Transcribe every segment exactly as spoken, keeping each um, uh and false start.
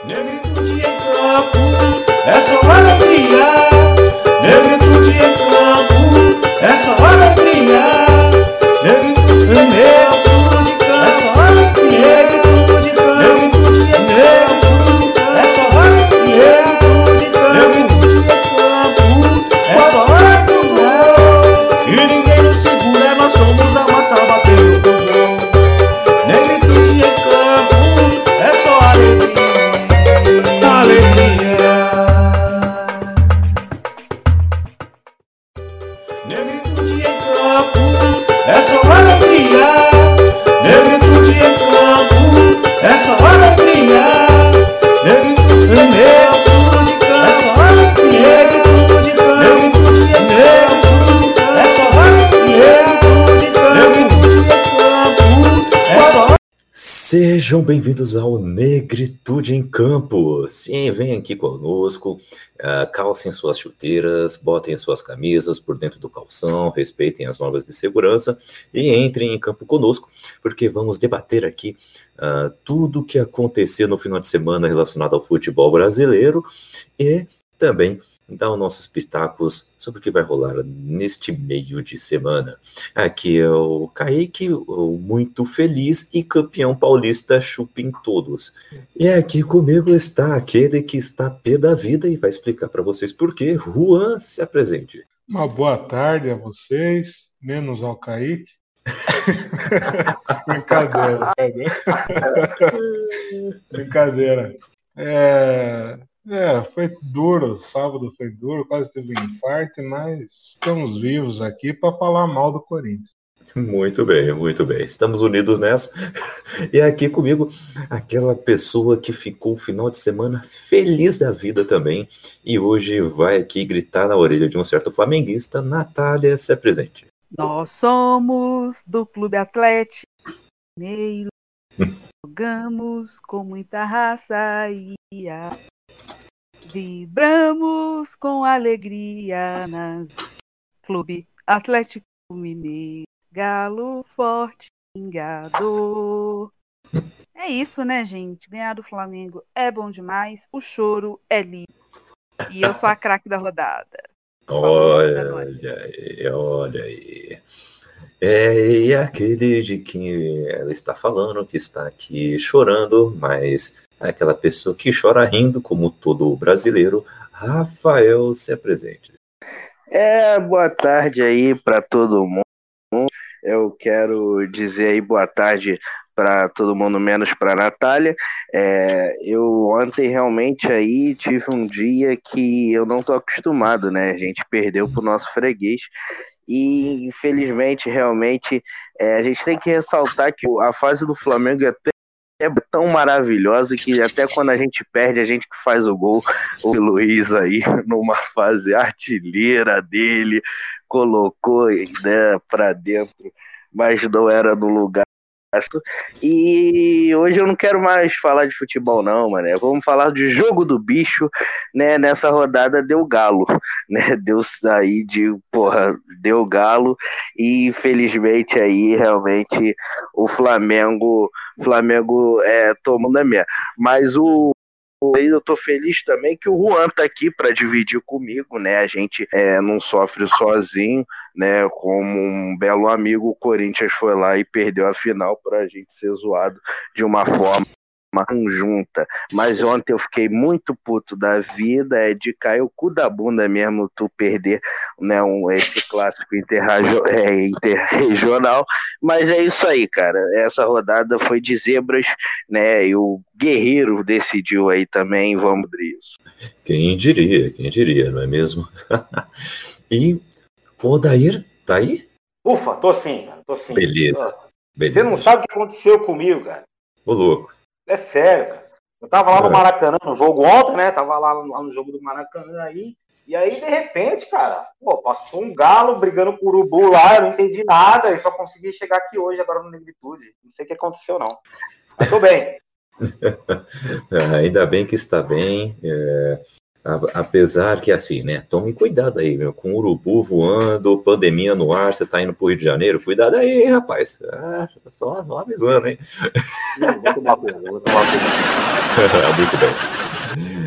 Negritude em campo, é só alegria. Negritude em campo, é só alegria. Negritude em campo, é só alegria. Negritude em campo, é só alegria. Negritude em campo, é só alegria. E ninguém nos segura, nós somos a massa batendo do gol. Negritude em campo, é só alegria. Alegria. Negritude em campo, é só alegria. Negritude em campo, é só alegria. Negritude em campo, é só alegria. Negritude em campo, é só alegria. Negritude em campo, é só alegria. Sejam bem-vindos ao Negritude em Campo. Sim, vem aqui conosco, uh, calcem suas chuteiras, botem suas camisas por dentro do calção, respeitem as normas de segurança e entrem em campo conosco, porque vamos debater aqui uh, tudo o que aconteceu no final de semana relacionado ao futebol brasileiro e também dar os nossos pitacos sobre o que vai rolar neste meio de semana. Aqui é o Kaique, o muito feliz e campeão paulista chupem todos. E aqui comigo está aquele que está pé da vida e vai explicar para vocês por quê. Juan, se apresente. Uma boa tarde a vocês, menos ao Kaique. Brincadeira, brincadeira. Brincadeira. É... É, foi duro, sábado foi duro, quase teve um infarto, mas estamos vivos aqui para falar mal do Corinthians. Muito bem, muito bem. Estamos unidos nessa. E aqui comigo, aquela pessoa que ficou o final de semana feliz da vida também, e hoje vai aqui gritar na orelha de um certo flamenguista. Natália, se apresente. Nós somos do Clube Atlético Mineiro, jogamos com muita raça e a... vibramos com alegria nas Clube Atlético Mineiro, Galo forte, vingador. É isso, né, gente? Ganhar do Flamengo é bom demais, o choro é livre. E eu sou a craque da rodada. Olha aí, olha aí. É, e é aquele de quem ela está falando, que está aqui chorando, mas é aquela pessoa que chora rindo, como todo brasileiro. Rafael, se apresente. É, boa tarde aí para todo mundo. Eu quero dizer aí boa tarde para todo mundo, menos para a Natália. É, eu ontem realmente aí tive um dia que eu não tô acostumado, né? A gente perdeu pro nosso freguês. E infelizmente, realmente, é, a gente tem que ressaltar que a fase do Flamengo é até é tão maravilhosa que até quando a gente perde, a gente que faz o gol. O Luiz aí, numa fase artilheira dele, colocou, né, pra dentro, mas não era no lugar. E hoje eu não quero mais falar de futebol não, mano. Vamos falar de jogo do bicho, né? Nessa rodada deu galo, né? Deu aí de, porra, deu galo e infelizmente aí realmente o Flamengo, Flamengo é tomando a minha. Mas o eu tô feliz também que o Juan tá aqui para dividir comigo, né? A gente é, não sofre sozinho, né? Como um belo amigo, o Corinthians foi lá e perdeu a final pra gente ser zoado de uma forma conjunta. Mas ontem eu fiquei muito puto da vida, é de cair o cu da bunda mesmo tu perder, né, um, esse clássico interrajo, é, interregional. Mas é isso aí, cara. Essa rodada foi de zebras, né? E o Guerreiro decidiu aí também, vamos abrir isso. Quem diria, quem diria, não é mesmo? E o Odair, tá aí? Ufa, tô sim, cara, tô sim. Beleza, beleza. Você não sabe o que aconteceu comigo, cara. Ô, louco. É sério, cara. Eu tava lá no Maracanã, no jogo ontem, né? Tava lá, lá no jogo do Maracanã aí. E aí, de repente, cara, pô, passou um galo brigando com o urubu lá, eu não entendi nada e só consegui chegar aqui hoje, agora no Negritude. Não sei o que aconteceu, não. Mas tô bem. Ainda bem que está bem. É, apesar que, assim, né? Tome cuidado aí, meu. Com o urubu voando, pandemia no ar, você tá indo pro Rio de Janeiro. Cuidado aí, rapaz. Ah, só, só avisando, hein? Não, vou tomar cuidado, vou tomar cuidado. Muito bem.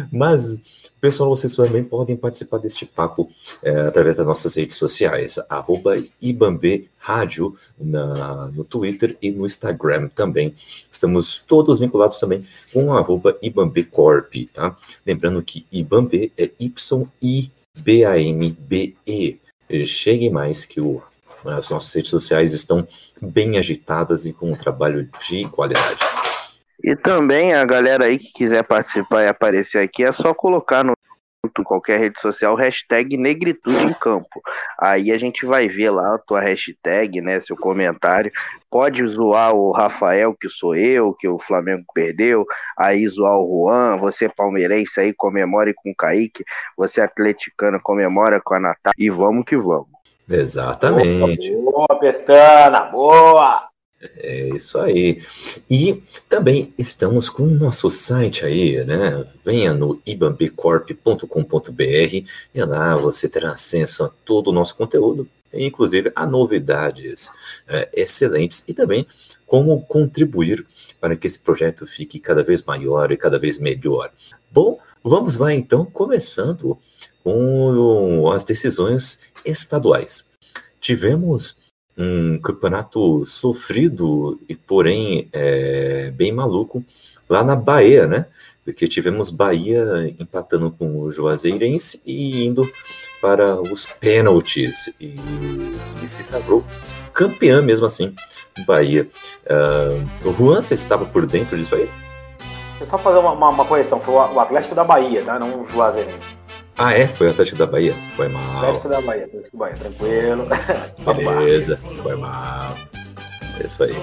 Mas, pessoal, vocês também podem participar deste papo é, através das nossas redes sociais, arroba Ibambe Rádio na, no Twitter e no Instagram também. Estamos todos vinculados também com arroba Ibambe Corp, tá? Lembrando que Ibambe é Y I B A M B E. Chegue mais que o, as nossas redes sociais estão bem agitadas e com um trabalho de qualidade. E também a galera aí que quiser participar e aparecer aqui, é só colocar no em qualquer rede social, hashtag Negritude em Campo. Aí a gente vai ver lá a tua hashtag, né, seu comentário. Pode zoar o Rafael, que sou eu, que o Flamengo perdeu, aí zoar o Juan, você palmeirense aí, comemore com o Kaique, você atleticano, comemora com a Natália, e vamos que vamos. Exatamente. Boa, boa Pestana, boa! É isso aí. E também estamos com o nosso site aí, né? Venha no ibambecorp ponto com ponto b r e lá você terá acesso a todo o nosso conteúdo, inclusive a novidades é, excelentes e também como contribuir para que esse projeto fique cada vez maior e cada vez melhor. Bom, vamos lá então, começando com as decisões estaduais. Tivemos um campeonato sofrido e, porém, é, bem maluco lá na Bahia, né? Porque tivemos Bahia empatando com o Juazeirense e indo para os pênaltis e, e se sagrou campeã mesmo assim, Bahia. Uh, o Juan, você estava por dentro disso aí? Deixa eu só fazer uma, uma, uma correção, foi o Atlético da Bahia, tá? Não o Juazeirense. Ah, é? Foi o Atlético da Bahia? Foi mal. Atlético da Bahia, Atlético da Bahia, tranquilo. Beleza, foi mal. É isso aí.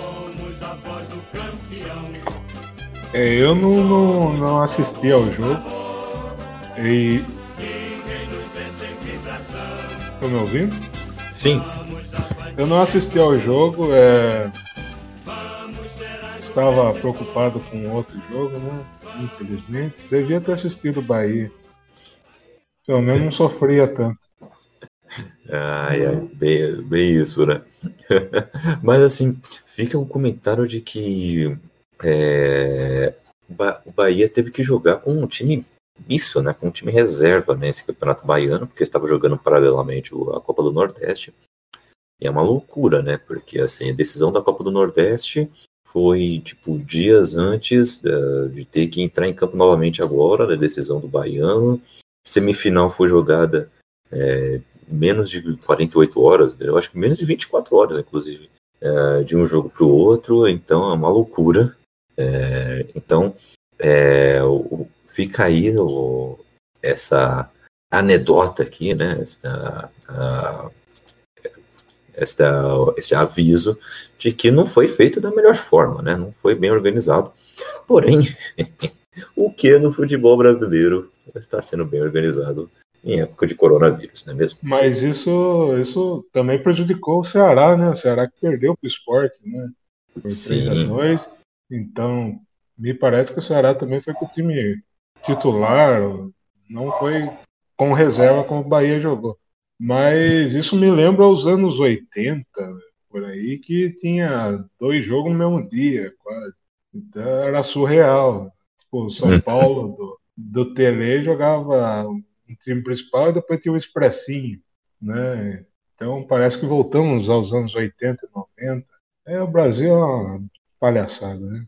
É, eu não, não, não assisti ao jogo. E. Estão me ouvindo? Sim. Eu não assisti ao jogo. É... Estava preocupado com outro jogo, né? Infelizmente. Devia ter assistido o Bahia. Pelo menos não sofria tanto. Ai, ai, bem, bem isso, né? Mas assim, fica um comentário de que é, o Bahia teve que jogar com um time misto, né? Com um time reserva nesse campeonato baiano, porque estava jogando paralelamente a Copa do Nordeste. E é uma loucura, né? Porque assim, a decisão da Copa do Nordeste foi tipo dias antes uh, de ter que entrar em campo novamente agora, a decisão do baiano. Semifinal foi jogada é, menos de quarenta e oito horas, eu acho que menos de vinte e quatro horas, inclusive, é, de um jogo para o outro, então é uma loucura. É, então, é, o, fica aí o, essa anedota aqui, né, essa, a, esta, este aviso de que não foi feito da melhor forma, né, não foi bem organizado. Porém, o que no futebol brasileiro está sendo bem organizado em época de coronavírus, não é mesmo? Mas isso, isso também prejudicou o Ceará, né? O Ceará que perdeu para o Sport, né? Por três a dois. Então, me parece que o Ceará também foi com o time titular, não foi com reserva como o Bahia jogou. Mas isso me lembra os anos oitenta, por aí, que tinha dois jogos no mesmo dia, quase. Então era surreal. Tipo, o São Paulo do, do Tele jogava um time principal e depois tinha o Expressinho, né? Então parece que voltamos aos anos oitenta e noventa. É, o Brasil é uma palhaçada, né?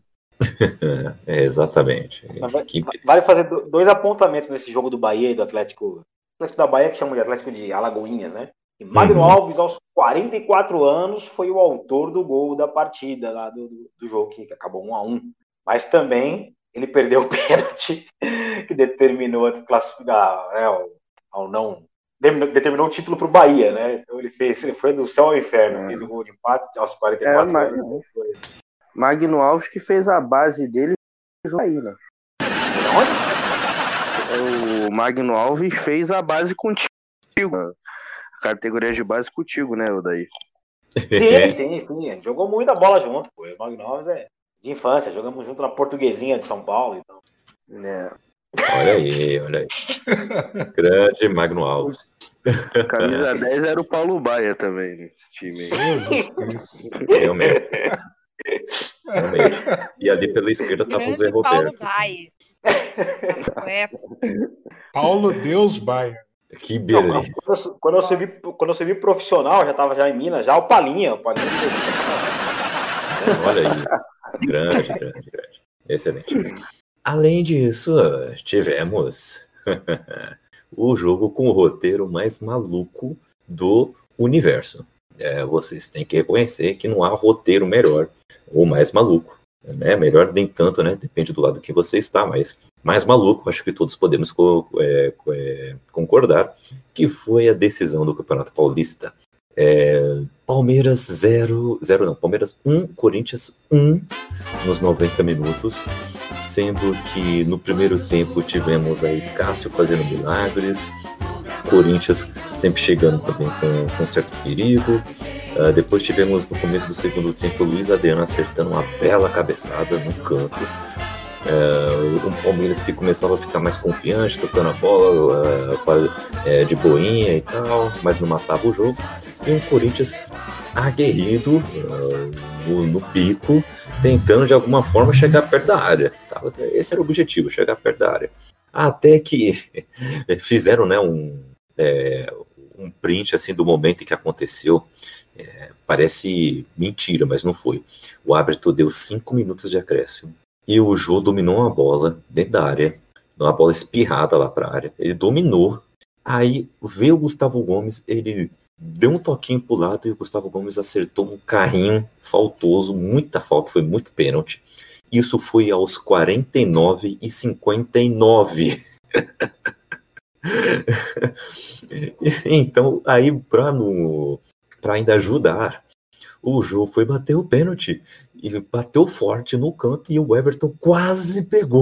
É, exatamente. Vale, vale fazer dois apontamentos nesse jogo do Bahia e do Atlético. Atlético da Bahia, que chamam de Atlético de Alagoinhas, né? E Magno uhum. Alves, aos quarenta e quatro anos, foi o autor do gol da partida lá do, do, do jogo, que acabou um a um. Mas também ele perdeu o pênalti que determinou a desclassificar, né, ao, ao não determinou o título para o Bahia, né? Então ele fez, ele foi do céu ao inferno, é. fez o gol de empate aos quarenta e quatro é, anos. Magno Alves que fez a base dele aí, né? O Magno Alves fez a base contigo, a categoria de base contigo, né, Odaí? Sim, sim, sim. A gente jogou muita bola junto, pô. O Magno Alves é de infância, jogamos junto na Portuguesinha de São Paulo, então. É. Olha aí, olha aí. Grande Magno Alves. Camisa dez era o Paulo Baia também, nesse time aí. Eu mesmo. Realmente. E ali pela esquerda estava o Zé Grande Paulo Roberto. Baier. É, Paulo Deus Baia. Que Não, beleza. quando, eu, quando, eu servi, quando eu servi profissional, já tava já em Minas, já o Palinha. O Palinha Olha aí. Grande, grande, grande. Excelente. Além disso, tivemos o jogo com o roteiro mais maluco do universo. É, vocês têm que reconhecer que não há roteiro melhor ou mais maluco. Né? Melhor nem tanto, né? Depende do lado que você está, mas mais maluco, acho que todos podemos co- é, co- é, concordar, que foi a decisão do Campeonato Paulista. É, Palmeiras zero, zero não, Palmeiras um, Corinthians um nos noventa minutos, sendo que no primeiro tempo tivemos aí Cássio fazendo milagres, Corinthians sempre chegando também com, com certo perigo. Uh, depois tivemos no começo do segundo tempo o Luiz Adriano acertando uma bela cabeçada no canto. Uh, um Palmeiras que começava a ficar mais confiante, tocando a bola uh, uh, de boinha e tal, mas não matava o jogo. E um Corinthians aguerrido uh, no, no pico, tentando de alguma forma chegar perto da área. Tá? Esse era o objetivo, chegar perto da área. Até que fizeram, né, um, é, um print assim, do momento em que aconteceu. É, parece mentira, mas não foi. O árbitro deu cinco minutos de acréscimo e o Jô dominou uma bola dentro da área, uma bola espirrada lá para a área. Ele dominou, aí veio o Gustavo Gomes, ele deu um toquinho pro lado e o Gustavo Gomes acertou um carrinho faltoso, muita falta, foi muito pênalti. Isso foi aos quarenta e nove e cinquenta e nove. Então, aí para no para ainda ajudar, o Jô foi bater o pênalti e bateu forte no canto e o Everton quase pegou.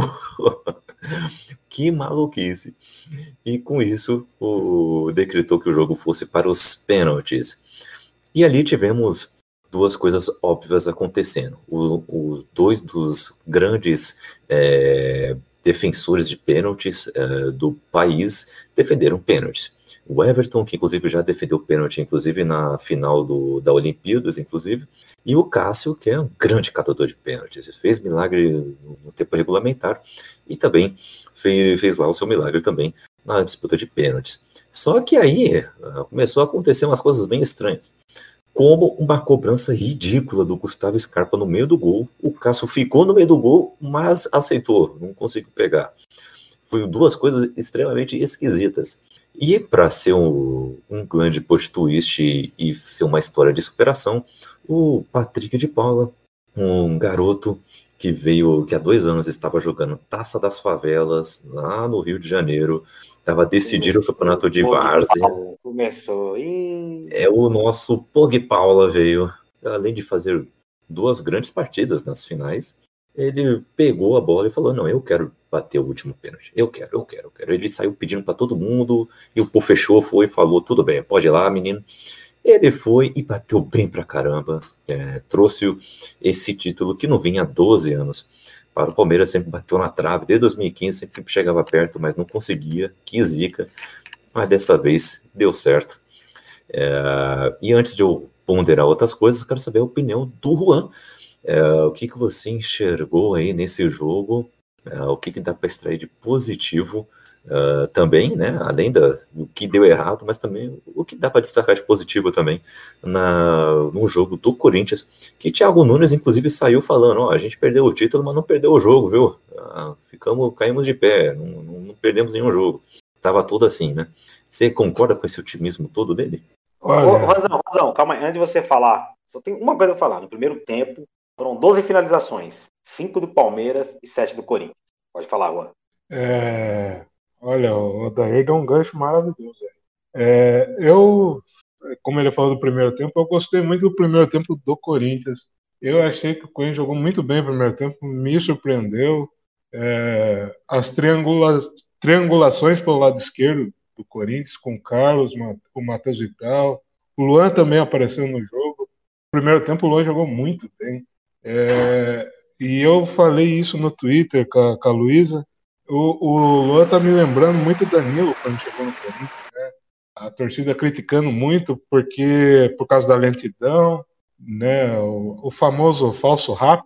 Que maluquice. E com isso, o decretou que o jogo fosse para os pênaltis. E ali tivemos duas coisas óbvias acontecendo. O, os dois dos grandes é, defensores de pênaltis é, do país defenderam pênaltis. O Everton, que inclusive já defendeu pênalti, inclusive na final do, da Olimpíadas, inclusive, e o Cássio, que é um grande catador de pênaltis, fez milagre no tempo regulamentar e também fez, fez lá o seu milagre também na disputa de pênaltis. Só que aí começou a acontecer umas coisas bem estranhas, como uma cobrança ridícula do Gustavo Scarpa no meio do gol. O Cássio ficou no meio do gol, mas aceitou, não conseguiu pegar. Foi duas coisas extremamente esquisitas. E para ser um, um grande plot twist e, e ser uma história de superação, o Patrick de Paula, um garoto que veio, que há dois anos estava jogando Taça das Favelas lá no Rio de Janeiro, estava decidindo o campeonato de várzea. Começou. E... É o nosso Pog Paula veio, além de fazer duas grandes partidas nas finais, ele pegou a bola e falou, não, eu quero bater o último pênalti, eu quero, eu quero, eu quero. Ele saiu pedindo para todo mundo, e o Pô fechou, foi e falou, tudo bem, pode ir lá, menino. Ele foi e bateu bem pra caramba, é, trouxe esse título que não vinha há doze anos. Para o Palmeiras sempre bateu na trave, desde dois mil e quinze sempre chegava perto, mas não conseguia, que zica. Mas dessa vez deu certo. É, e antes de eu ponderar outras coisas, quero saber a opinião do Juan. É, o que, que você enxergou aí nesse jogo? É, o que, que dá para extrair de positivo uh, também, né? Além da, do que deu errado, mas também o que dá para destacar de positivo também na, no jogo do Corinthians, que Thiago Nunes, inclusive, saiu falando, ó, a gente perdeu o título, mas não perdeu o jogo, viu? Ah, ficamos, caímos de pé, não, não, não perdemos nenhum jogo. Tava tudo assim, né? Você concorda com esse otimismo todo dele? Olha, Ô, Razão, Razão, calma aí, antes de você falar, só tem uma coisa pra falar. No primeiro tempo, foram doze finalizações, cinco do Palmeiras e sete do Corinthians. Pode falar, Juan. é, olha, o Odair deu um gancho maravilhoso. É, eu, como ele falou do primeiro tempo, eu gostei muito do primeiro tempo do Corinthians. Eu achei que o Corinthians jogou muito bem no primeiro tempo, me surpreendeu. É, as triangula, triangulações pelo lado esquerdo do Corinthians, com o Carlos, o Matheus Vital, o Luan também apareceu no jogo. No primeiro tempo o Luan jogou muito bem. É, e eu falei isso no Twitter com a, com a Luísa. O, o Luan tá me lembrando muito do Danilo quando chegou no Corinthians, né? A torcida criticando muito porque por causa da lentidão, né? O, o famoso falso rápido, né?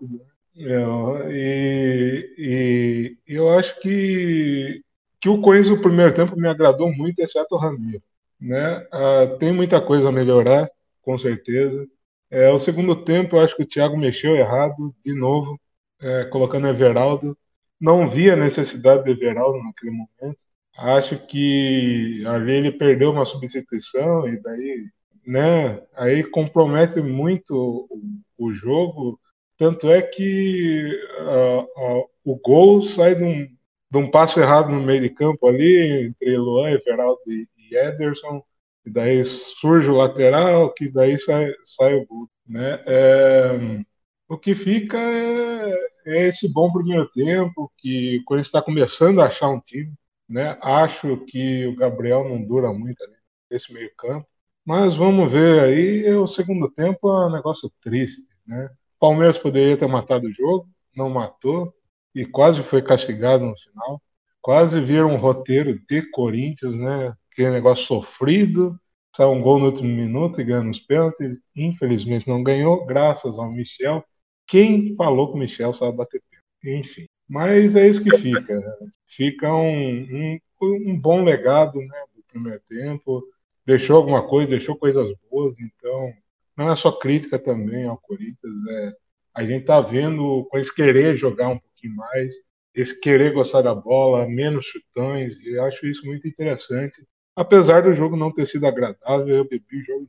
Eu, e, e eu acho que, que o Corinthians no primeiro tempo me agradou muito, exceto o Ramiro, né? Ah, tem muita coisa a melhorar, com certeza. É, o segundo tempo, eu acho que o Thiago mexeu errado, de novo, é, colocando Everaldo. Não via necessidade de Everaldo naquele momento. Acho que ali ele perdeu uma substituição e daí, né? Aí compromete muito o, o jogo. Tanto é que ah, ah, o gol sai de um, de um passo errado no meio de campo ali, entre Luan, Everaldo e, e Ederson, e daí surge o lateral, que daí sai, sai o gol, né? É, o que fica é, é esse bom primeiro tempo, que o Corinthians está começando a achar um time, né? Acho que o Gabriel não dura muito ali nesse meio campo, mas vamos ver aí, o segundo tempo é um negócio triste, né? Palmeiras poderia ter matado o jogo, não matou e quase foi castigado no final. Quase vira um roteiro de Corinthians, né? Que negócio sofrido. Saiu um gol no último minuto e ganhou nos pênaltis. Infelizmente não ganhou, graças ao Michel. Quem falou que o Michel sabe bater pênalti? Enfim. Mas é isso que fica. Fica um, um, um bom legado, né, do primeiro tempo. Deixou alguma coisa, deixou coisas boas, então não é só crítica também ao Corinthians, é, a gente está vendo com eles querer jogar um pouquinho mais, eles querer gostar da bola, menos chutões, e eu acho isso muito interessante. Apesar do jogo não ter sido agradável, eu bebi o jogo.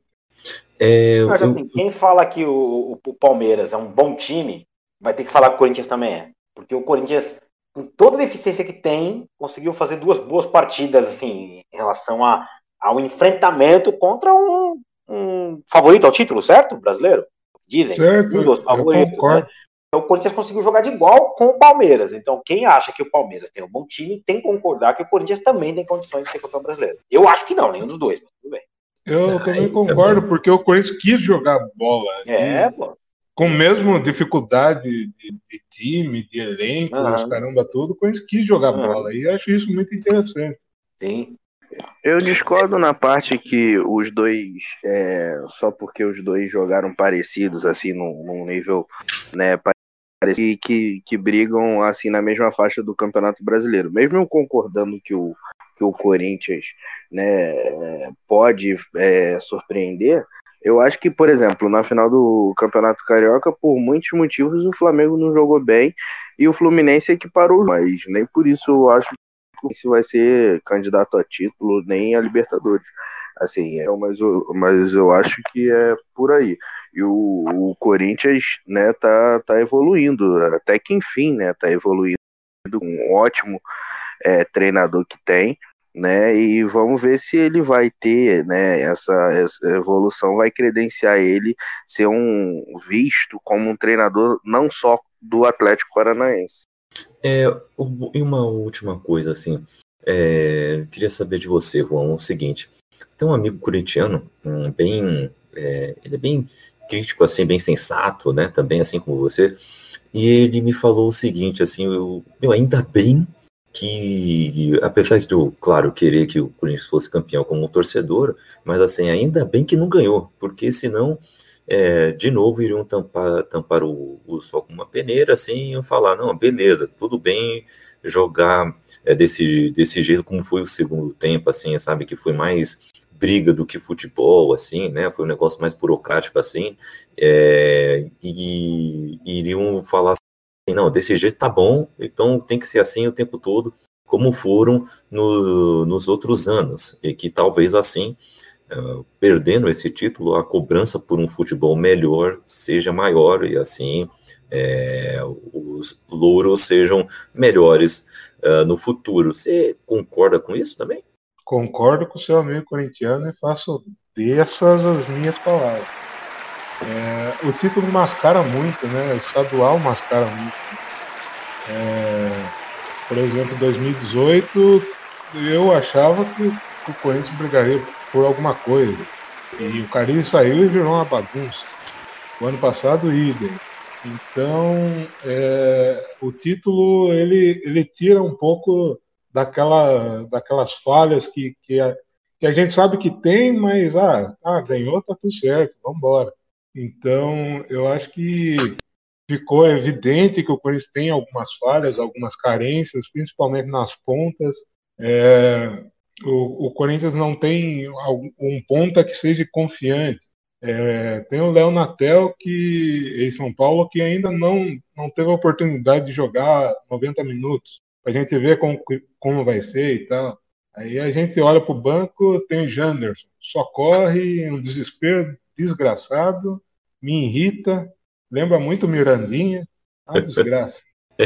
É, Mas eu, assim, quem fala que o, o Palmeiras é um bom time, vai ter que falar que o Corinthians também é. Porque o Corinthians, com toda a deficiência que tem, conseguiu fazer duas boas partidas, assim, em relação a, ao enfrentamento contra um, um favorito ao título, certo? Brasileiro? Dizem. Certo, Um dos eu favoritos, concordo. né? Então o Corinthians conseguiu jogar de igual com o Palmeiras. Então quem acha que o Palmeiras tem um bom time, tem que concordar que o Corinthians também tem condições de ser campeão brasileiro. Eu acho que não, nenhum dos dois, mas tudo bem. Eu Aí também concordo, também. porque o Corinthians quis jogar bola. É, E pô. com mesmo dificuldade de, de time, de elenco, os Aham. caramba tudo, o Corinthians quis jogar Aham. bola. E eu acho isso muito interessante. Sim. Eu discordo na parte que os dois, é, só porque os dois jogaram parecidos, assim, num, num nível, né, parecido, que, que brigam, assim, na mesma faixa do Campeonato Brasileiro. Mesmo eu concordando que o, que o Corinthians, né, pode é, surpreender, eu acho que, por exemplo, na final do Campeonato Carioca, por muitos motivos, o Flamengo não jogou bem e o Fluminense equiparou, mas nem por isso eu acho se vai ser candidato a título nem a Libertadores, assim, é, mas, eu, mas eu acho que é por aí. E o, o Corinthians, né, tá, tá evoluindo, até que enfim, né, tá evoluindo, um ótimo é, treinador que tem, né, e vamos ver se ele vai ter, né, essa, essa evolução vai credenciar ele ser um visto como um treinador não só do Atlético Paranaense. É, e uma última coisa, assim, é, queria saber de você, Juan, o seguinte, tem um amigo corintiano, um, bem, é, ele é bem crítico, assim, bem sensato, né, também, assim como você, e ele me falou o seguinte, assim, eu, eu ainda bem que, apesar de eu, claro, querer que o Corinthians fosse campeão como torcedor, mas, assim, ainda bem que não ganhou, porque senão... É, de novo iriam tampar, tampar o, o sol com uma peneira, assim, e falar, não, beleza, tudo bem jogar é, desse, desse jeito como foi o segundo tempo, assim, sabe, que foi mais briga do que futebol, assim, né, foi um negócio mais burocrático, assim, é, e, e iriam falar assim, não, desse jeito tá bom, então tem que ser assim o tempo todo, como foram no, nos outros anos, e que talvez assim Uh, perdendo esse título, a cobrança por um futebol melhor seja maior e assim é, os louros sejam melhores uh, no futuro. Você concorda com isso também? Concordo com o seu amigo corintiano e faço dessas as minhas palavras. É, o título mascara muito, né? O estadual mascara muito. É, por exemplo, em dois mil e dezoito, eu achava que, que o Corinthians brigaria por alguma coisa. E o Carille saiu e virou uma bagunça. O ano passado, idem. Então, é, o título, ele, ele tira um pouco daquela, daquelas falhas que, que, a, que a gente sabe que tem, mas, ah, ah ganhou, tá tudo certo, vamos embora. Então, eu acho que ficou evidente que o Corinthians tem algumas falhas, algumas carências, principalmente nas pontas. É, o, o Corinthians não tem um ponta que seja confiante. É, tem o Léo Natel, que, em São Paulo, que ainda não, não teve a oportunidade de jogar noventa minutos. A gente vê como, como vai ser e tal. Aí a gente olha para o banco, tem Janderson. Só corre, um desespero desgraçado, me irrita, lembra muito Mirandinha, a desgraça.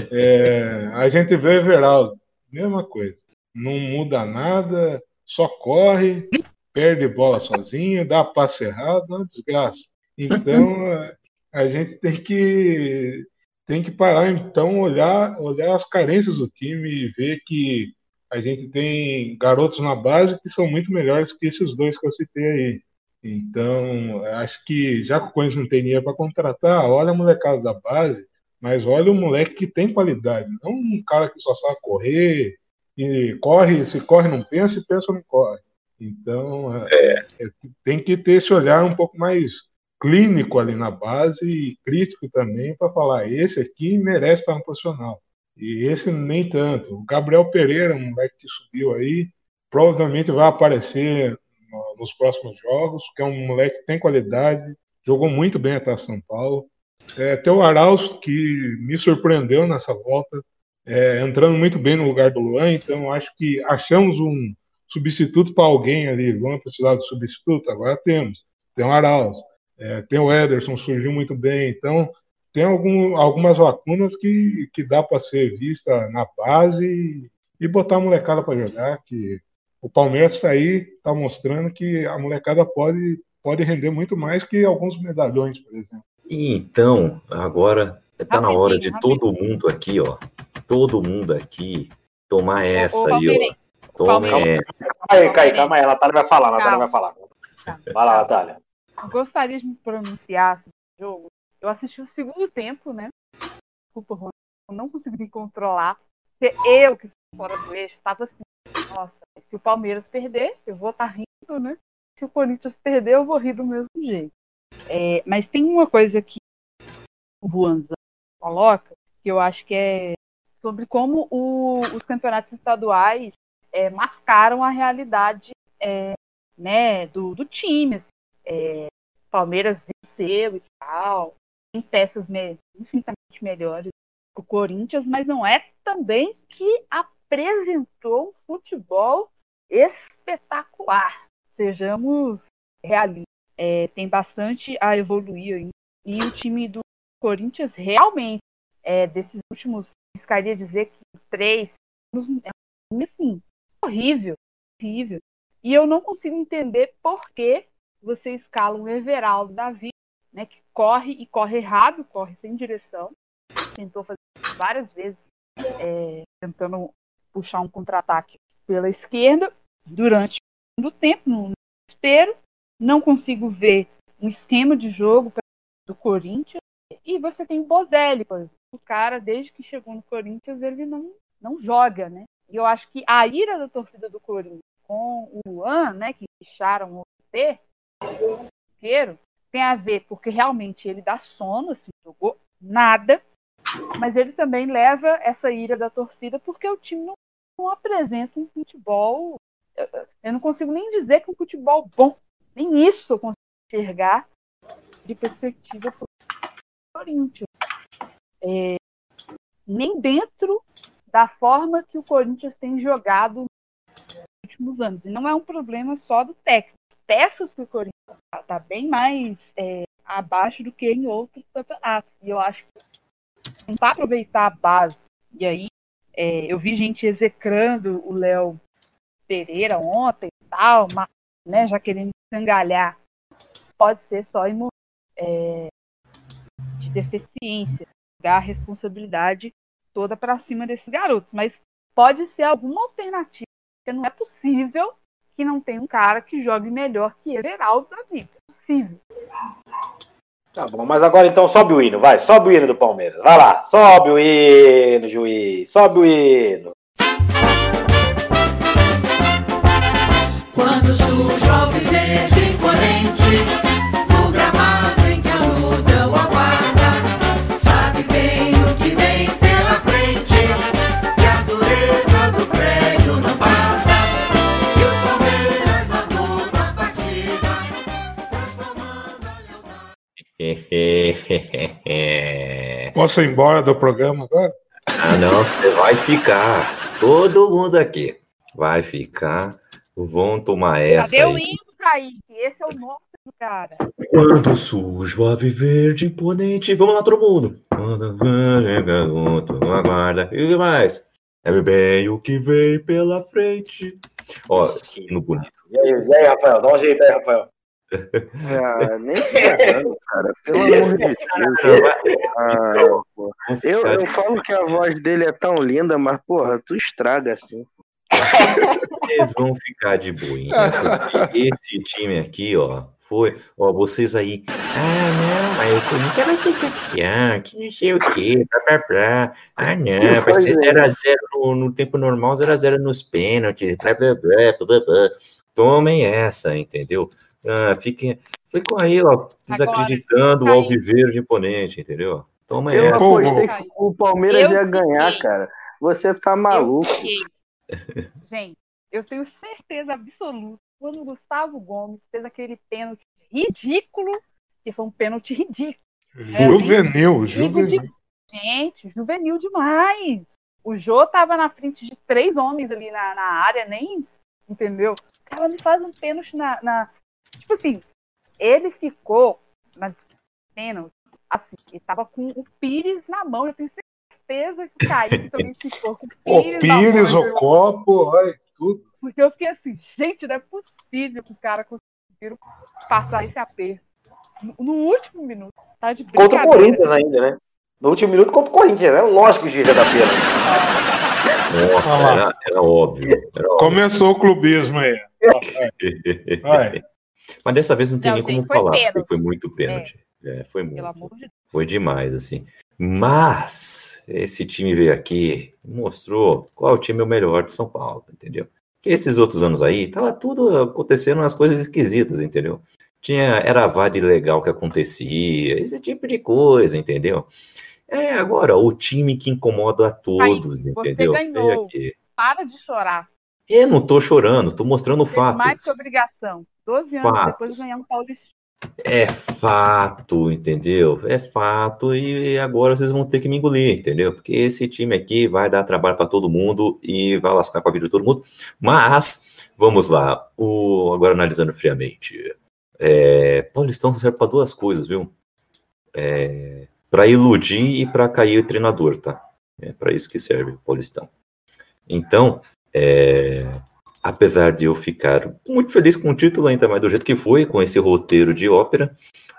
É, a gente vê Everaldo, mesma coisa. Não muda nada, só corre, perde bola sozinho, dá passe errado, uma desgraça. Então, a gente tem que, tem que parar, então, olhar, olhar as carências do time e ver que a gente tem garotos na base que são muito melhores que esses dois que eu citei aí. Então, acho que, já que o Corinthians não tem dinheiro para contratar, olha a molecada da base, mas olha o moleque que tem qualidade, não um cara que só sabe correr, e corre, se corre não pensa, e pensa não corre. Então, é, é, tem que ter esse olhar um pouco mais clínico ali na base e crítico também para falar, esse aqui merece estar no profissional. E esse nem tanto. O Gabriel Pereira, um moleque que subiu aí, provavelmente vai aparecer no, nos próximos jogos, que é um moleque que tem qualidade, jogou muito bem até São Paulo. É, tem o Arauz, que me surpreendeu nessa volta, é, entrando muito bem no lugar do Luan, então acho que achamos um substituto para alguém ali. Vamos precisar de substituto? Agora temos. Tem o Arauz, é, tem o Ederson, surgiu muito bem. Então, tem algum, algumas lacunas que, que dá para ser vista na base e botar a molecada para jogar. Que o Palmeiras está aí, está mostrando que a molecada pode, pode render muito mais que alguns medalhões, por exemplo. Então, agora está na hora de todo mundo aqui, ó. Todo mundo aqui tomar essa aí, ó. Toma essa. Calma aí, Caí, calma aí. A Natália vai falar, a Natália vai falar. Vai lá, Natália. Eu gostaria de me pronunciar sobre o jogo. Eu assisti o segundo tempo, né? Desculpa, Rony. Eu não consegui me controlar. Porque eu, que estou fora do eixo, estava assim, nossa, se o Palmeiras perder, eu vou estar rindo, né? Se o Corinthians perder, eu vou rir do mesmo jeito. É, mas tem uma coisa que o Juanzão coloca, que eu acho que é sobre como o, os campeonatos estaduais é, mascaram a realidade é, né, do, do time. Assim. É, Palmeiras venceu e tal, tem peças me, infinitamente melhores que o Corinthians, mas não é também que apresentou um futebol espetacular. Sejamos realistas. É, tem bastante a evoluir aí. E o time do Corinthians realmente, é, desses últimos, arriscaria dizer que os três, é um time assim, horrível, horrível. E eu não consigo entender por que você escala um Everaldo da vida, né, que corre e corre errado, corre sem direção. Tentou fazer várias vezes, é, tentando puxar um contra-ataque pela esquerda durante o segundo tempo, no desespero. Não consigo ver um esquema de jogo do Corinthians. E você tem o Bozelli, por exemplo. O cara, desde que chegou no Corinthians, ele não, não joga, né? E eu acho que a ira da torcida do Corinthians com o Luan, né, que fecharam o T, inteiro, tem a ver porque realmente ele dá sono, assim, jogou nada, mas ele também leva essa ira da torcida porque o time não, não apresenta um futebol. Eu, eu não consigo nem dizer que é um futebol bom. Nem isso eu consigo enxergar de perspectiva para o Corinthians. É, nem dentro da forma que o Corinthians tem jogado nos últimos anos. E não é um problema só do técnico. Peças que o Corinthians está bem mais é, abaixo do que em outros campeonatos. E eu acho que tentar aproveitar a base. E aí, é, eu vi gente execrando o Léo Pereira ontem e tal, mas, né, já querendo sangalhar, pode ser só emo- é, de deficiência, jogar a responsabilidade toda para cima desses garotos, mas pode ser alguma alternativa, porque não é possível que não tenha um cara que jogue melhor que Everaldo da vida, é possível. Tá bom, mas agora então sobe o hino, vai, sobe o hino do Palmeiras, vai lá, sobe o hino, juiz, sobe o hino. Quando surge o verde imponente, no gramado em que a luta o aguarda, sabe Posso ir embora do programa agora? Ah, não, você vai ficar. Todo mundo aqui vai ficar. Vão tomar essa Cadê o aí. hino, Kaique? Esse é o nosso, cara. Quando sujo, ave verde, imponente. Vamos lá, todo mundo. Quando chega junto, não aguarda. E o que mais? É bem o que vem pela frente. Ó, que hino bonito. E aí, e aí, Rafael? Dá um jeito aí, Rafael. Ah, nem ferrando, cara. Pelo amor de Deus. Ah, pô. Eu, eu falo que a voz dele é tão linda, mas, porra, tu estraga assim. Vocês vão ficar de boinha, porque esse time aqui, ó, foi, ó, vocês aí, ah, não, mas o Corinthians vai ser campeão, que não sei o que, blá, blá, blá. Ah, não, vai ser zero a zero no, no tempo normal, zero a zero nos pênaltis, blá, blá, blá, blá, blá, blá. Tomem essa, entendeu? Ah, fiquem, ficam aí, ó, desacreditando o Agora, Alviverde imponente, entendeu? Toma Eu essa. apostei que o Palmeiras Eu ia ganhar, fiquei. cara. Você tá maluco. Eu fiquei. Gente, eu tenho certeza absoluta quando o Gustavo Gomes fez aquele pênalti ridículo, que foi um pênalti ridículo. Juvenil, Digo juvenil. de- Gente, juvenil demais. O Jô tava na frente de três homens ali na, na área, nem entendeu? O cara me faz um pênalti na, na- Tipo assim, ele ficou na pênalti, assim, ele tava com o Pires na mão. Eu tenho certeza que o Kaique também ficou com o O Pires, na Pires, mão. o copo, ai, tudo. Porque eu fiquei assim, gente, não é possível que os caras conseguiram passar esse aperto. No, no último minuto, tá de Contra o brincadeira. Corinthians ainda, né? No último minuto contra o Corinthians, é lógico que o juiz ia dar pena. Nossa, Olha lá. era, era óbvio. Era óbvio. Começou o clubismo aí. Vai. Mas dessa vez não tem Não, nem como gente, foi falar, pênalti. porque foi muito pênalti. É, foi Pelo muito. amor de Deus. Foi demais, assim. Mas esse time veio aqui e mostrou qual time é o melhor de São Paulo, entendeu? Porque esses outros anos aí, tava tudo acontecendo umas coisas esquisitas, entendeu? Tinha, era V A R legal que acontecia, esse tipo de coisa, entendeu? É, agora, o time que incomoda a todos, Você entendeu? Veio ganhou. aqui. Para de chorar. Eu não tô chorando, tô mostrando Fez mais fatos. que obrigação. doze anos Fatos. depois de ganhar um Paulista. É fato, entendeu? É fato e agora vocês vão ter que me engolir, entendeu? Porque esse time aqui vai dar trabalho para todo mundo e vai lascar com a vida de todo mundo. Mas, vamos lá. O, agora analisando friamente. É, Paulistão serve para duas coisas, viu? É, para iludir e para cair o treinador, tá? É para isso que serve o Paulistão. Então, é... apesar de eu ficar muito feliz com o título, ainda mais do jeito que foi, com esse roteiro de ópera,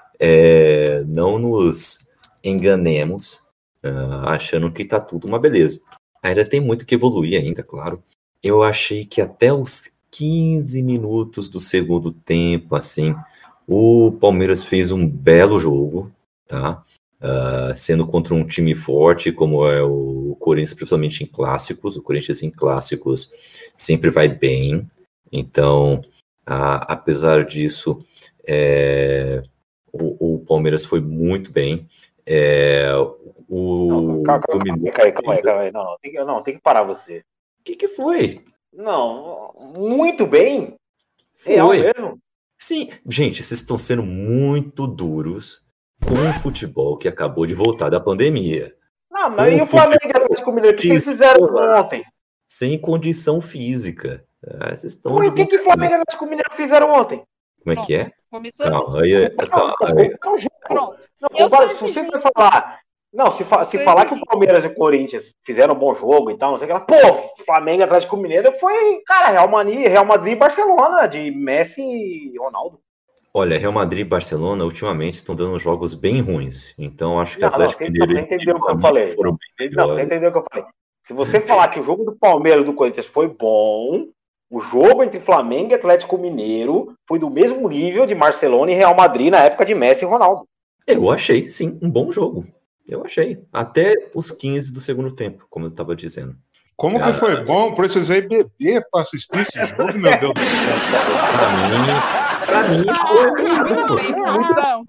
é, não nos enganemos uh, achando que tá tudo uma beleza. Ainda tem muito que evoluir ainda, claro. Eu achei que até os quinze minutos do segundo tempo, assim, o Palmeiras fez um belo jogo, tá? Uh, sendo contra um time forte como é o Corinthians, principalmente em clássicos. O Corinthians em clássicos sempre vai bem, então uh, apesar disso é, o, o Palmeiras foi muito bem. É, o Calma, calma, dominou... calma aí, calma aí, calma aí. Não, não, tem que, não, tem que parar você. O que, que foi? Não, muito bem. Foi. Real mesmo. Sim, gente, vocês estão sendo muito duros com o futebol que acabou de voltar da pandemia. Não, mas e o Flamengo e o Atlético Mineiro? O que eles fizeram ontem? Sem condição física. Ah, vocês estão Pô, e o que, que o Flamengo e o Atlético Mineiro fizeram ontem? Como é que é? Começou Calma, aí, calma, aí. Não, juro. Pronto. Não, Eu agora, sou se você esse for falar. Não, se, fa se Eu falar que entendi. o Palmeiras e o Corinthians fizeram um bom jogo e tal, não sei o que lá. Pô, Flamengo e Atlético Mineiro foi, cara, Real Madrid, Real Madrid e Barcelona, de Messi e Ronaldo. Olha, Real Madrid e Barcelona ultimamente estão dando jogos bem ruins. Então acho que Não, Atlético não, você, Mineiro você entendeu o que eu e falei. foram Não, bem você, não, você melhores. entendeu o que eu falei. Se você falar que o jogo do Palmeiras e do Corinthians foi bom, o jogo entre Flamengo e Atlético Mineiro foi do mesmo nível de Barcelona e Real Madrid na época de Messi e Ronaldo. Eu achei, sim, um bom jogo. Eu achei. Até os quinze do segundo tempo, como eu estava dizendo. Como que foi bom? Precisei beber para assistir esse jogo, meu Deus do céu. Pra mim, pra mim foi muito. Não,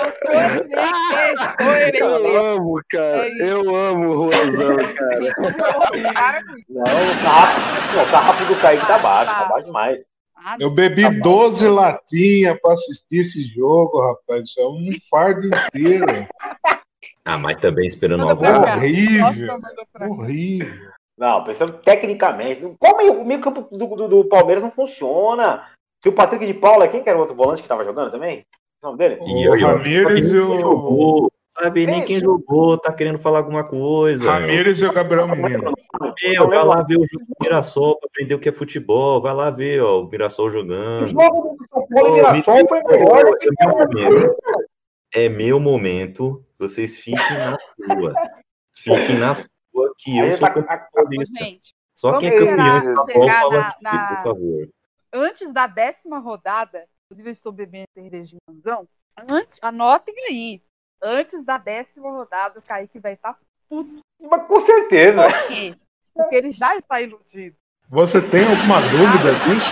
Eu amo, cara. Eu amo o Ruazão, cara. Não, tá rápido, não, tá rápido do Kaique, tá baixo, tá baixo demais. Eu bebi doze latinhas para assistir esse jogo, rapaz. Isso é um fardo inteiro. Ah, mas também esperando Manda uma pra bola. cá. Horrível. Nossa, manda pra cá. Horrível. Não, pensando tecnicamente. Como o meio campo do, do, do Palmeiras não funciona. Se o Patrick de Paula, quem que era o outro volante que tava jogando também? O nome dele? E O aí, ó, Ramírez sabe e nem quem o- jogou, sabe nem Sim, quem sim. jogou, tá querendo falar alguma coisa. meu. Ramírez e o Gabriel Menino. Meu, vai lá ver o jogo do Mirassol pra aprender o que é futebol. Vai lá ver, ó, o Mirassol O jogando. jogo do São Paulo e Ô, Mirassol me- foi ô, melhor ô, do que é meu momento. É meu momento. Vocês fiquem na sua. Fiquem na sua, que eu Aí sou tá- campeão Ô, paulista. gente, Só vamos quem é campeão esperar estadual chegar fala na- aqui, na- por favor. antes da décima rodada, inclusive eu estou bebendo cerveja de manzão, antes, anotem aí, antes da décima rodada o Kaique vai estar puto. Mas com certeza. Por quê? Porque ele já está iludido. Você tem alguma dúvida disso?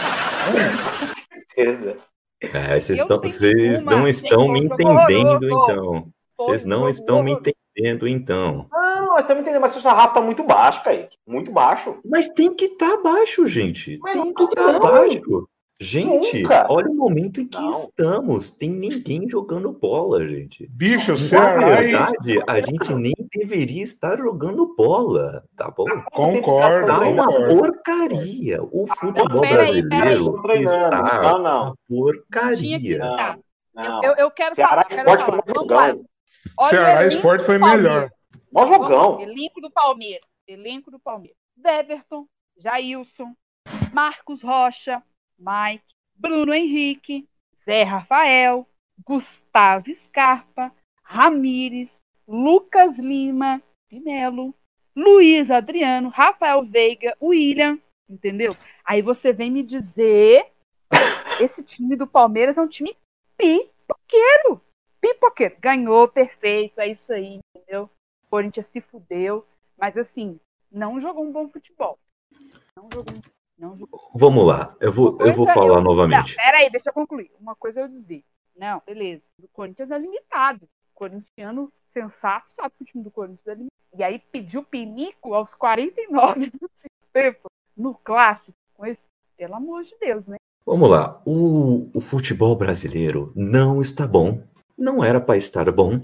Com certeza. É, vocês, Eu tão- tenho vocês uma, não estão gente, me foi um jogo entendendo, horroroso. então. Foi Vocês um não jogo estão me horroroso. entendendo, então. Não, nós estamos entendendo, mas o sarrafo tá muito baixo, Kaique. Muito baixo. Mas tem que estar abaixo, gente. Mas Tem não, que estar não. abaixo. Gente, Nunca. olha o momento em que Não. estamos. Tem ninguém jogando bola, gente. Bicho, o Na Ceará e... verdade, a gente nem deveria estar jogando bola, tá bom? Concordo, Tá uma concordo. porcaria. O futebol Peraí, brasileiro peraí. está Não, não. uma Tinha que porcaria. estar. Não. Eu, eu quero Ceará falar, quero Esporte foi falar. um Vamos lá. jogão. Olha o Ceará elenco Esporte foi do Palmeiras. melhor. Mó Vamos jogão. lá, elenco do Palmeiras. Elenco do Palmeiras. Deverton, Jailson, Marcos Rocha, Mike, Bruno Henrique, Zé Rafael, Gustavo Scarpa, Ramires, Lucas Lima, Pinelo, Luiz Adriano, Rafael Veiga, William, entendeu? Aí você vem me dizer, esse time do Palmeiras é um time pipoqueiro. Pipoqueiro. Ganhou, perfeito, é isso aí, entendeu? O Corinthians se fudeu, mas assim, não jogou um bom futebol. Não jogou, não jogou. Vamos lá, eu vou, eu vou Coisa falar eu- novamente. Não, peraí, deixa eu concluir. Uma coisa eu dizer. Não, beleza. O Corinthians é limitado. O corintiano sensato sabe que o time do Corinthians é limitado. E aí pediu pinico aos quarenta e nove do segundo tempo no clássico. Com esse, pelo amor de Deus, né? Vamos lá, o, o futebol brasileiro não está bom, não era para estar bom,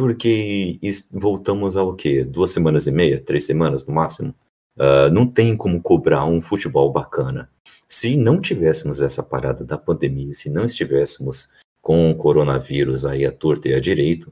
porque is- voltamos ao quê? Duas semanas e meia, três semanas no máximo? Ah, não tem como cobrar um futebol bacana. Se não tivéssemos essa parada da pandemia, se não estivéssemos com o coronavírus aí à torta e à direito,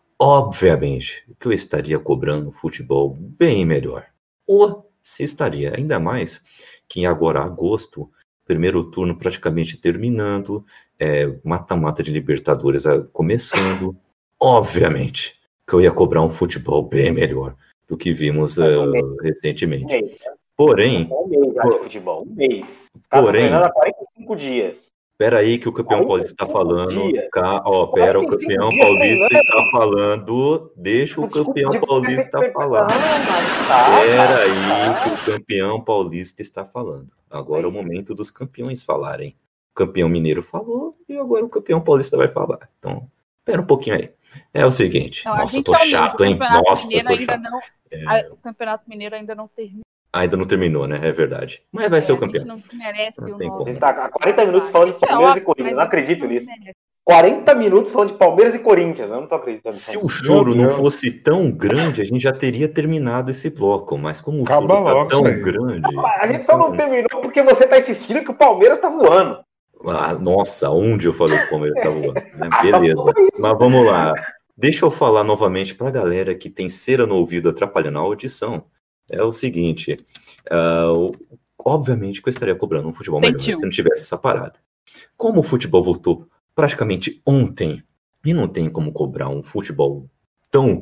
obviamente que eu estaria cobrando um futebol bem melhor. Ou se estaria, ainda mais que agora agosto, primeiro turno praticamente terminando, é, mata-mata de Libertadores ah, começando, obviamente que eu ia cobrar um futebol bem melhor do que vimos ah, Um recentemente. mês, né? Porém, Um mês já de futebol. Um mês. Os caras Porém- treinando há quarenta e cinco dias. pera aí que o campeão paulista está falando. dias. Ca- Ó, pera, o quarenta e cinco campeão dias paulista treinando. está falando. Deixa o Desculpa, campeão de- paulista de- falar. Não, mas tá, Pera tá, aí tá. que o campeão paulista está falando. Agora é o momento dos campeões falarem. O campeão mineiro falou e agora o campeão paulista vai falar. Então, pera um pouquinho aí. É o seguinte. Não, a Nossa, gente tô é humilde, chato, o hein? Campeonato Nossa, Mineiro tô ainda chato. não, É, a- o Campeonato Mineiro ainda não terminou. ainda não terminou, né? É verdade. Mas vai ser É, o a campeão. gente não desmerece Não o tem nosso. Você está há quarenta minutos falando de Isso é Palmeiras e óbvio, Corinthians. mas Eu não acredito não nisso. desmerece. quarenta minutos falando de Palmeiras e Corinthians. Eu não tô acreditando nisso. Se o choro não Deus. fosse tão grande, a gente já teria terminado esse bloco. Mas como o Acaba choro tá logo tão isso aí. grande. A gente só não terminou porque você tá insistindo que o Palmeiras tá voando. Ah, nossa, onde eu falei que o Palmeiras tá voando? Né? Ah, Beleza. só foi isso. Mas vamos lá. Deixa eu falar novamente pra galera que tem cera no ouvido atrapalhando a audição. É o seguinte. ah, o- obviamente que eu estaria cobrando um futebol melhor Sentiu. se não tivesse essa parada. Como o futebol voltou praticamente ontem, e não tem como cobrar um futebol tão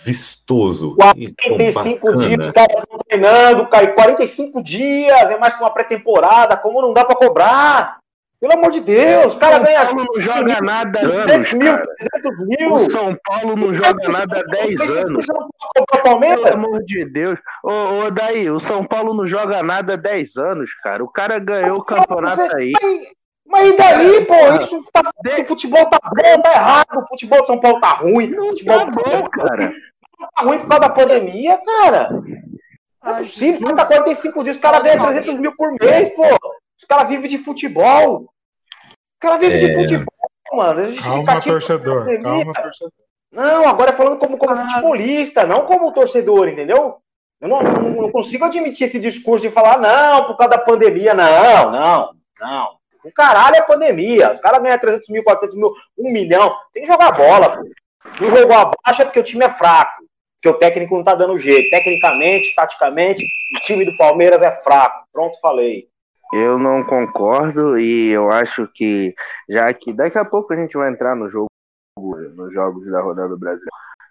vistoso e tão quarenta e cinco dias os bacana. caras estão treinando, Caio. quarenta e cinco dias, é mais que uma pré-temporada. Como não dá pra cobrar? Pelo amor de Deus, o cara São ganha Paulo não joga nada há anos, duzentos mil, cara. trezentos mil. O São Paulo não joga nada há dez anos. Você não pode cobrar o Pelo Palmeiras? amor de Deus. Ô, ô, daí, o São Paulo não joga nada há dez anos, cara. O cara ganhou o campeonato aí. Mas e daí, pô? Porra. Isso tá, o futebol tá bom, tá errado. O futebol de São Paulo tá ruim. O futebol Tá bom, cara. tá ruim por causa da pandemia, cara. Não é possível. Falta quarenta e cinco dias, os caras ganham trezentos mil por mês, pô. Os caras vivem de futebol. Os caras vivem É. de futebol, mano. Calma, torcedor. Calma, torcedor. Não, agora falando como, como Ah. futebolista, não como torcedor, entendeu? Eu não, não, não consigo admitir esse discurso de falar, não, por causa da pandemia, não, não, não. O caralho é pandemia. Os caras ganham trezentos mil, quatrocentos mil, um milhão. Tem que jogar bola, pô. Não jogou abaixo é porque o time é fraco. Porque o técnico não tá dando jeito. Tecnicamente, taticamente, o time do Palmeiras é fraco. Pronto, falei. Eu não concordo e eu acho que, já que daqui a pouco a gente vai entrar no jogo, nos jogos da rodada do Brasil.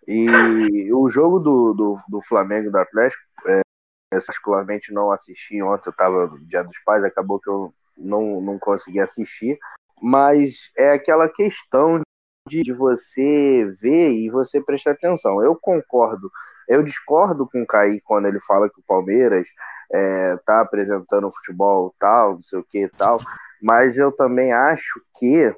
E o jogo do, do, do Flamengo e do Atlético, é, eu particularmente não assisti ontem, eu estava no Dia dos Pais, acabou que eu não, não consegui assistir, mas é aquela questão de, de você ver e você prestar atenção. Eu concordo, eu discordo com o Kaique quando ele fala que o Palmeiras é, tá apresentando futebol tal, não sei o que tal, mas eu também acho que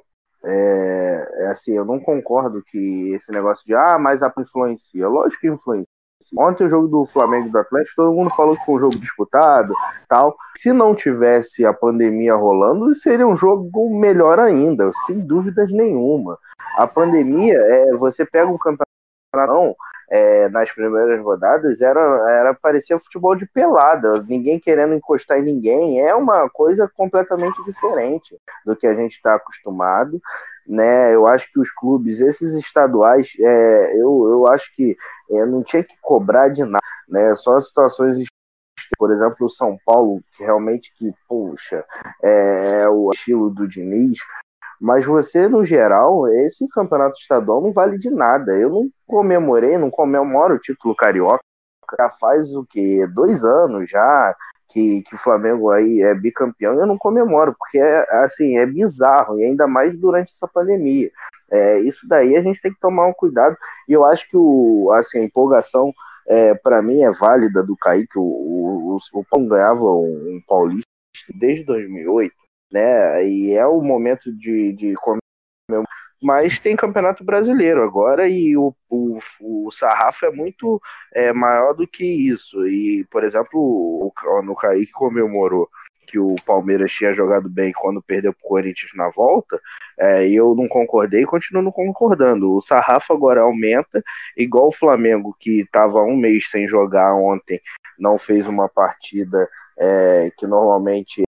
É, é assim, eu não concordo que esse negócio de ah, mas a influencia, lógico que influencia. Ontem o jogo do Flamengo e do Atlético, todo mundo falou que foi um jogo disputado, tal. Se não tivesse a pandemia rolando, seria um jogo melhor ainda, sem dúvidas nenhuma. A pandemia, é, você pega um campeonato é, nas primeiras rodadas, era, era parecia futebol de pelada, ninguém querendo encostar em ninguém, é uma coisa completamente diferente do que a gente está acostumado, né? Eu acho que os clubes, esses estaduais, é, eu, eu acho que é, não tinha que cobrar de nada, né? Só situações, por exemplo, o São Paulo, que realmente que, poxa, é, é o estilo do Diniz. Mas você, no geral, esse campeonato estadual não vale de nada. Eu não comemorei, não comemoro o título carioca. Já faz o quê? Dois anos já que, que o Flamengo aí é bicampeão e eu não comemoro, porque é, assim, é bizarro, e ainda mais durante essa pandemia. É, isso daí a gente tem que tomar um cuidado. E eu acho que o, assim, a empolgação, é, para mim, é válida do Kaique. O, o, o Paulo ganhava um, um paulista desde dois mil e oito. Né? E é o momento de, de comemorar. Mas tem campeonato brasileiro agora e o, o, o sarrafo é muito é, maior do que isso. E, por exemplo, o, no Kaique comemorou que o Palmeiras tinha jogado bem quando perdeu para o Corinthians na volta, é, e eu não concordei e continuo não concordando. O sarrafo agora aumenta, igual o Flamengo, que estava um mês sem jogar ontem, não fez uma partida é, que normalmente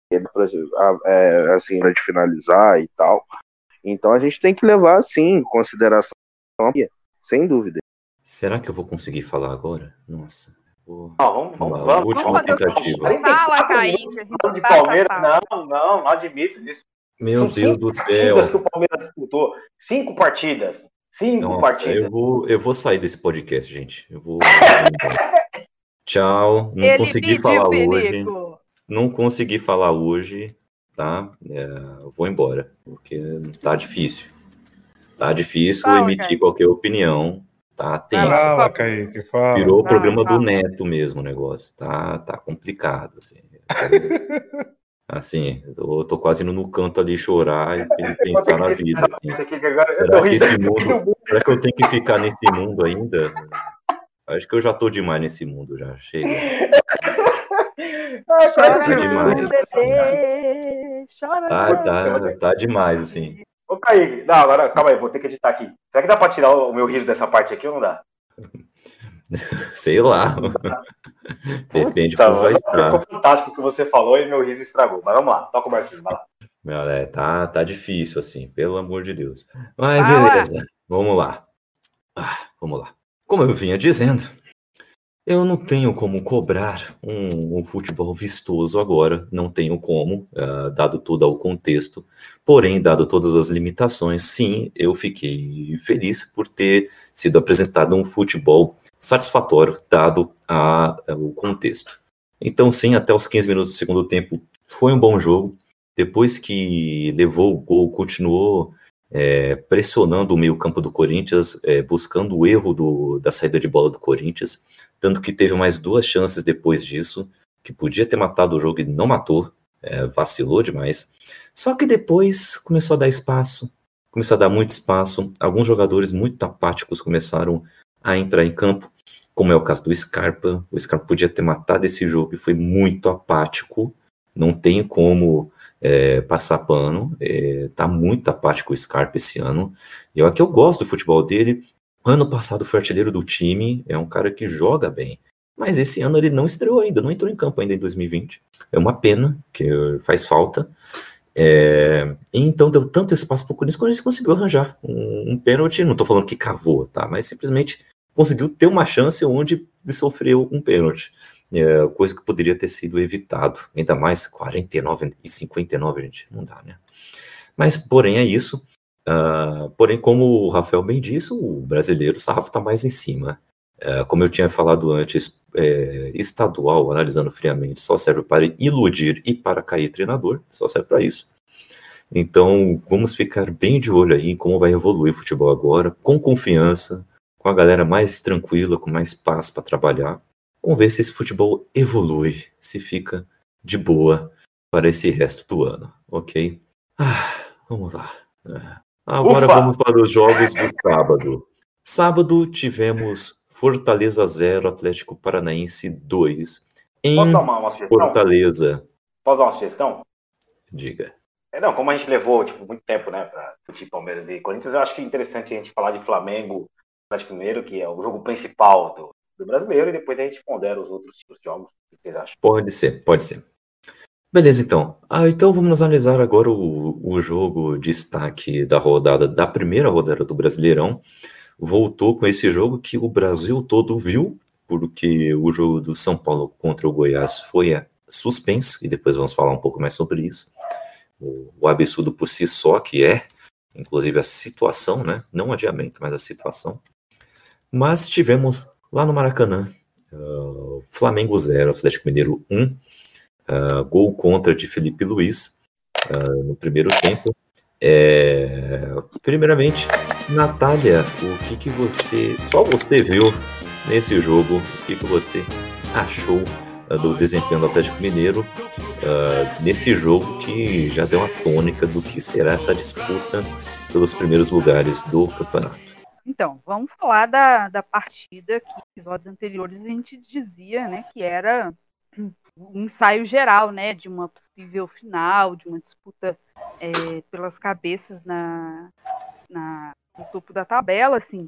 é, assim, para de finalizar e tal. Então a gente tem que levar, sim, em consideração, sem dúvida. Será que eu vou conseguir falar agora? Nossa. Vou... Não, vamos, vamos, Uma vamos. última Vamos fazer o tentativa. seguinte, fala, Kaique, a gente De passa a Palmeiras, fala. não, não, não admito isso. Meu São Deus cinco do céu. partidas que o Palmeiras disputou. Cinco partidas. Cinco Nossa, partidas. eu vou, eu vou sair desse podcast, gente. Eu vou. Tchau. Não Ele consegui pediu, falar hoje. Penico. Não consegui falar hoje, tá? É, eu vou embora, porque tá difícil. Tá difícil Fala, emitir Kaique. qualquer opinião. Tá tenso. Vai lá, Fala, por favor. Kaique, fala. Virou o Vai lá, programa do fala. Neto mesmo o negócio. Tá, tá complicado, assim. Assim, eu tô quase indo no canto ali chorar e pensar na vida, assim. Será que esse mundo, será que eu tenho que ficar nesse mundo ainda? Acho que eu já tô demais nesse mundo, já. Chega. Chora Tá não, demais. bebê. Chora Tá, não. tá, tá demais, assim. Ô, Kaique, não, agora, calma aí, vou ter que editar aqui. Será que dá pra tirar o meu riso dessa parte aqui ou não dá? Sei lá. Depende de Tá, como vai estar. ficou fantástico o que você falou e meu riso estragou. Mas vamos lá, toca o barquinho, vai lá. Meu, é, tá, tá difícil, assim, pelo amor de Deus. Mas Fala. beleza, vamos lá. Ah, vamos lá. Como eu vinha dizendo, eu não tenho como cobrar um, um futebol vistoso agora, não tenho como, uh, dado todo o contexto. Porém, dado todas as limitações, sim, eu fiquei feliz por ter sido apresentado um futebol satisfatório, dado a, a, o contexto. Então, sim, até os quinze minutos do segundo tempo foi um bom jogo. Depois que levou o gol, continuou é, pressionando o meio-campo do Corinthians, é, buscando o erro do, da saída de bola do Corinthians, tanto que teve mais duas chances depois disso, que podia ter matado o jogo e não matou, é, vacilou demais. Só que depois começou a dar espaço, começou a dar muito espaço, alguns jogadores muito apáticos começaram a entrar em campo, como é o caso do Scarpa. O Scarpa podia ter matado esse jogo e foi muito apático, não tem como é, passar pano, é, tá muito apático o Scarpa esse ano, e olha que eu gosto do futebol dele, Ano passado foi artilheiro do time, é um cara que joga bem. Mas esse ano ele não estreou ainda, não entrou em campo ainda em dois mil e vinte. É uma pena, que faz falta. É, então deu tanto espaço para o Corinthians quando a gente conseguiu arranjar um, um pênalti. Não estou falando que cavou, tá? Mas simplesmente conseguiu ter uma chance onde ele sofreu um pênalti. É, coisa que poderia ter sido evitado. Ainda mais quarenta e nove e cinquenta e nove, gente. Não dá, né? Mas, porém, é isso. Uh, porém, como o Rafael bem disse, o brasileiro, o sarrafo está mais em cima. Uh, como eu tinha falado antes, é, estadual, analisando friamente, só serve para iludir e para cair treinador, só serve para isso. Então, vamos ficar bem de olho aí em como vai evoluir o futebol agora, com confiança, com a galera mais tranquila, com mais paz para trabalhar. Vamos ver se esse futebol evolui, se fica de boa para esse resto do ano, ok? Ah, vamos lá. Agora Ufa! Vamos para os jogos do sábado. Sábado tivemos Fortaleza zero, Atlético Paranaense dois. Em Posso dar uma, uma sugestão? Fortaleza. Posso dar uma sugestão? Diga. É, não, como a gente levou tipo, muito tempo, né, para discutir Palmeiras e Corinthians, eu acho que é interessante a gente falar de Flamengo Atlético Mineiro, que é o jogo principal do, do brasileiro, e depois a gente pondera os outros tipos de jogos. O que vocês acham? Pode ser, pode ser. Beleza, então. Ah, então vamos analisar agora o, o jogo destaque da rodada, da primeira rodada do Brasileirão. Voltou com esse jogo que o Brasil todo viu, porque o jogo do São Paulo contra o Goiás foi suspenso, e depois vamos falar um pouco mais sobre isso. O, o absurdo por si só que é, inclusive a situação, né? Não o adiamento, mas a situação. Mas tivemos lá no Maracanã, uh, Flamengo zero, Atlético Mineiro um. Uh, gol contra de Felipe Luiz uh, no primeiro tempo. É, primeiramente, Natália, o que, que você, só você viu nesse jogo, o que, que você achou uh, do desempenho do Atlético Mineiro uh, nesse jogo que já deu uma tônica do que será essa disputa pelos primeiros lugares do campeonato? Então, vamos falar da, da partida que em episódios anteriores a gente dizia, né, que era um ensaio geral, né, de uma possível final, de uma disputa é, pelas cabeças na, na, no topo da tabela, assim.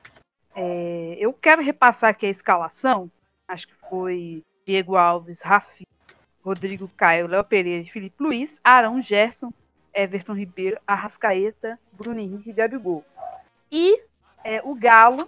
É, eu quero repassar aqui a escalação, acho que foi Diego Alves, Rafinha, Rodrigo Caio, Léo Pereira e Felipe Luiz, Arão, Gerson, Everton Ribeiro, Arrascaeta, Bruno Henrique e Gabigol. E é, o Galo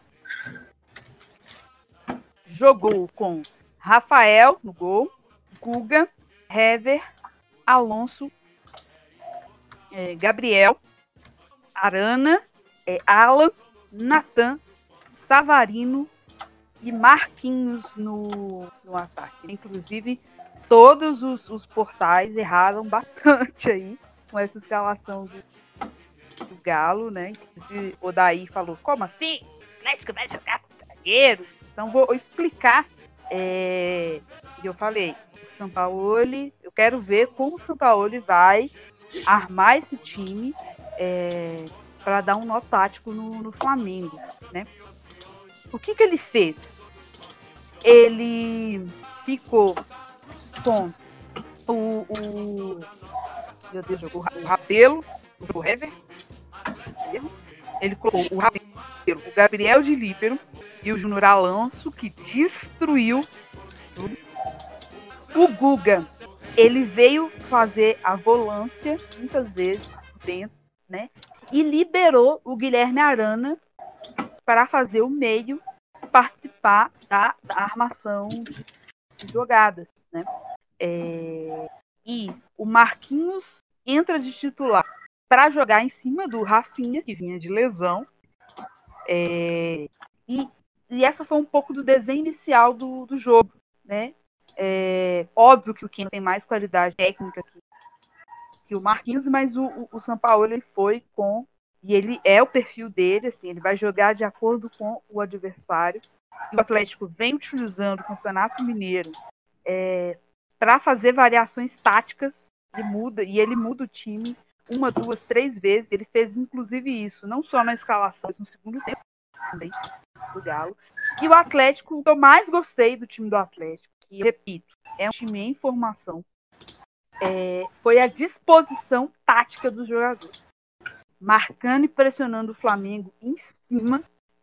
jogou com Rafael no gol, Guga, Hever, Alonso, é, Gabriel, Arana, é, Alan, Natan, Savarino e Marquinhos no, no ataque. Inclusive, todos os, os portais erraram bastante aí com essa escalação do, do Galo, né? Inclusive, o Odair falou, como assim? O Atlético vai jogar com zagueiros? Então, vou explicar. É, eu falei, o Sampaoli, eu quero ver como o Sampaoli vai armar esse time é, para dar um nó tático no, no Flamengo, né? O que que ele fez? Ele ficou com o, o meu Deus, jogou o Rabelo, o Hever, ele colocou o Rabelo, o Gabriel de líbero e o Júnior Alonso, que destruiu tudo. O Guga, ele veio fazer a volância muitas vezes dentro, né? E liberou o Guilherme Arana para fazer o meio e participar da, da armação de, de jogadas, né? É, e o Marquinhos entra de titular para jogar em cima do Rafinha, que vinha de lesão. É, e, e essa foi um pouco do desenho inicial do, do jogo, né? É, óbvio que o Keno tem mais qualidade técnica que, que o Marquinhos, mas o, o, o Sampaoli ele foi com, e ele é o perfil dele, assim, ele vai jogar de acordo com o adversário. E o Atlético vem utilizando o Campeonato Mineiro é, para fazer variações táticas, ele muda, e ele muda o time uma, duas, três vezes. Ele fez inclusive isso, não só na escalação, mas no segundo tempo também do Galo. E o Atlético, o que eu mais gostei do time do Atlético, e eu repito, é um time em formação, é, foi a disposição tática dos jogadores, marcando e pressionando o Flamengo em cima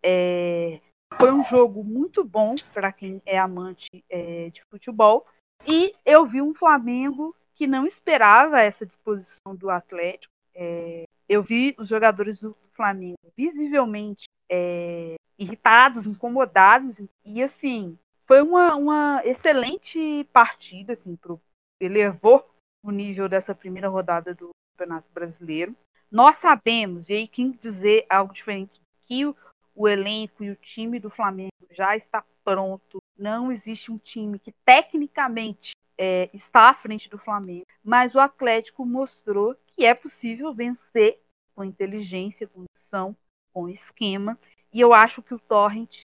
É, foi um jogo muito bom para quem é amante é, de futebol. E eu vi um Flamengo que não esperava essa disposição do Atlético. É, eu vi os jogadores do Flamengo visivelmente é, irritados, incomodados. E, assim, foi uma, uma excelente partida. Assim, pro, elevou o nível dessa primeira rodada do Campeonato Brasileiro. Nós sabemos, e aí quem dizer algo diferente, que o, o elenco e o time do Flamengo já está pronto. Não existe um time que tecnicamente é, está à frente do Flamengo, mas o Atlético mostrou que é possível vencer com inteligência, com condição, com esquema. E eu acho que o Torrent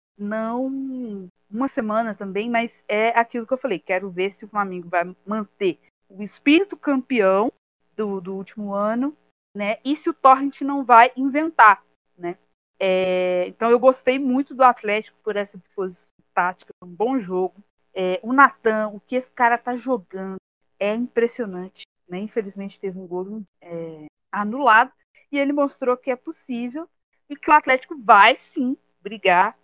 não... Uma semana também, mas é aquilo que eu falei. Quero ver se o Flamengo vai manter o espírito campeão do, do último ano, né? E se o Torrent não vai inventar, né? É, então eu gostei muito do Atlético por essa disposição tática, um bom jogo. É, o Natan, o que esse cara tá jogando é impressionante, né? Infelizmente teve um gol é, anulado e ele mostrou que é possível e que o Atlético vai sim brigar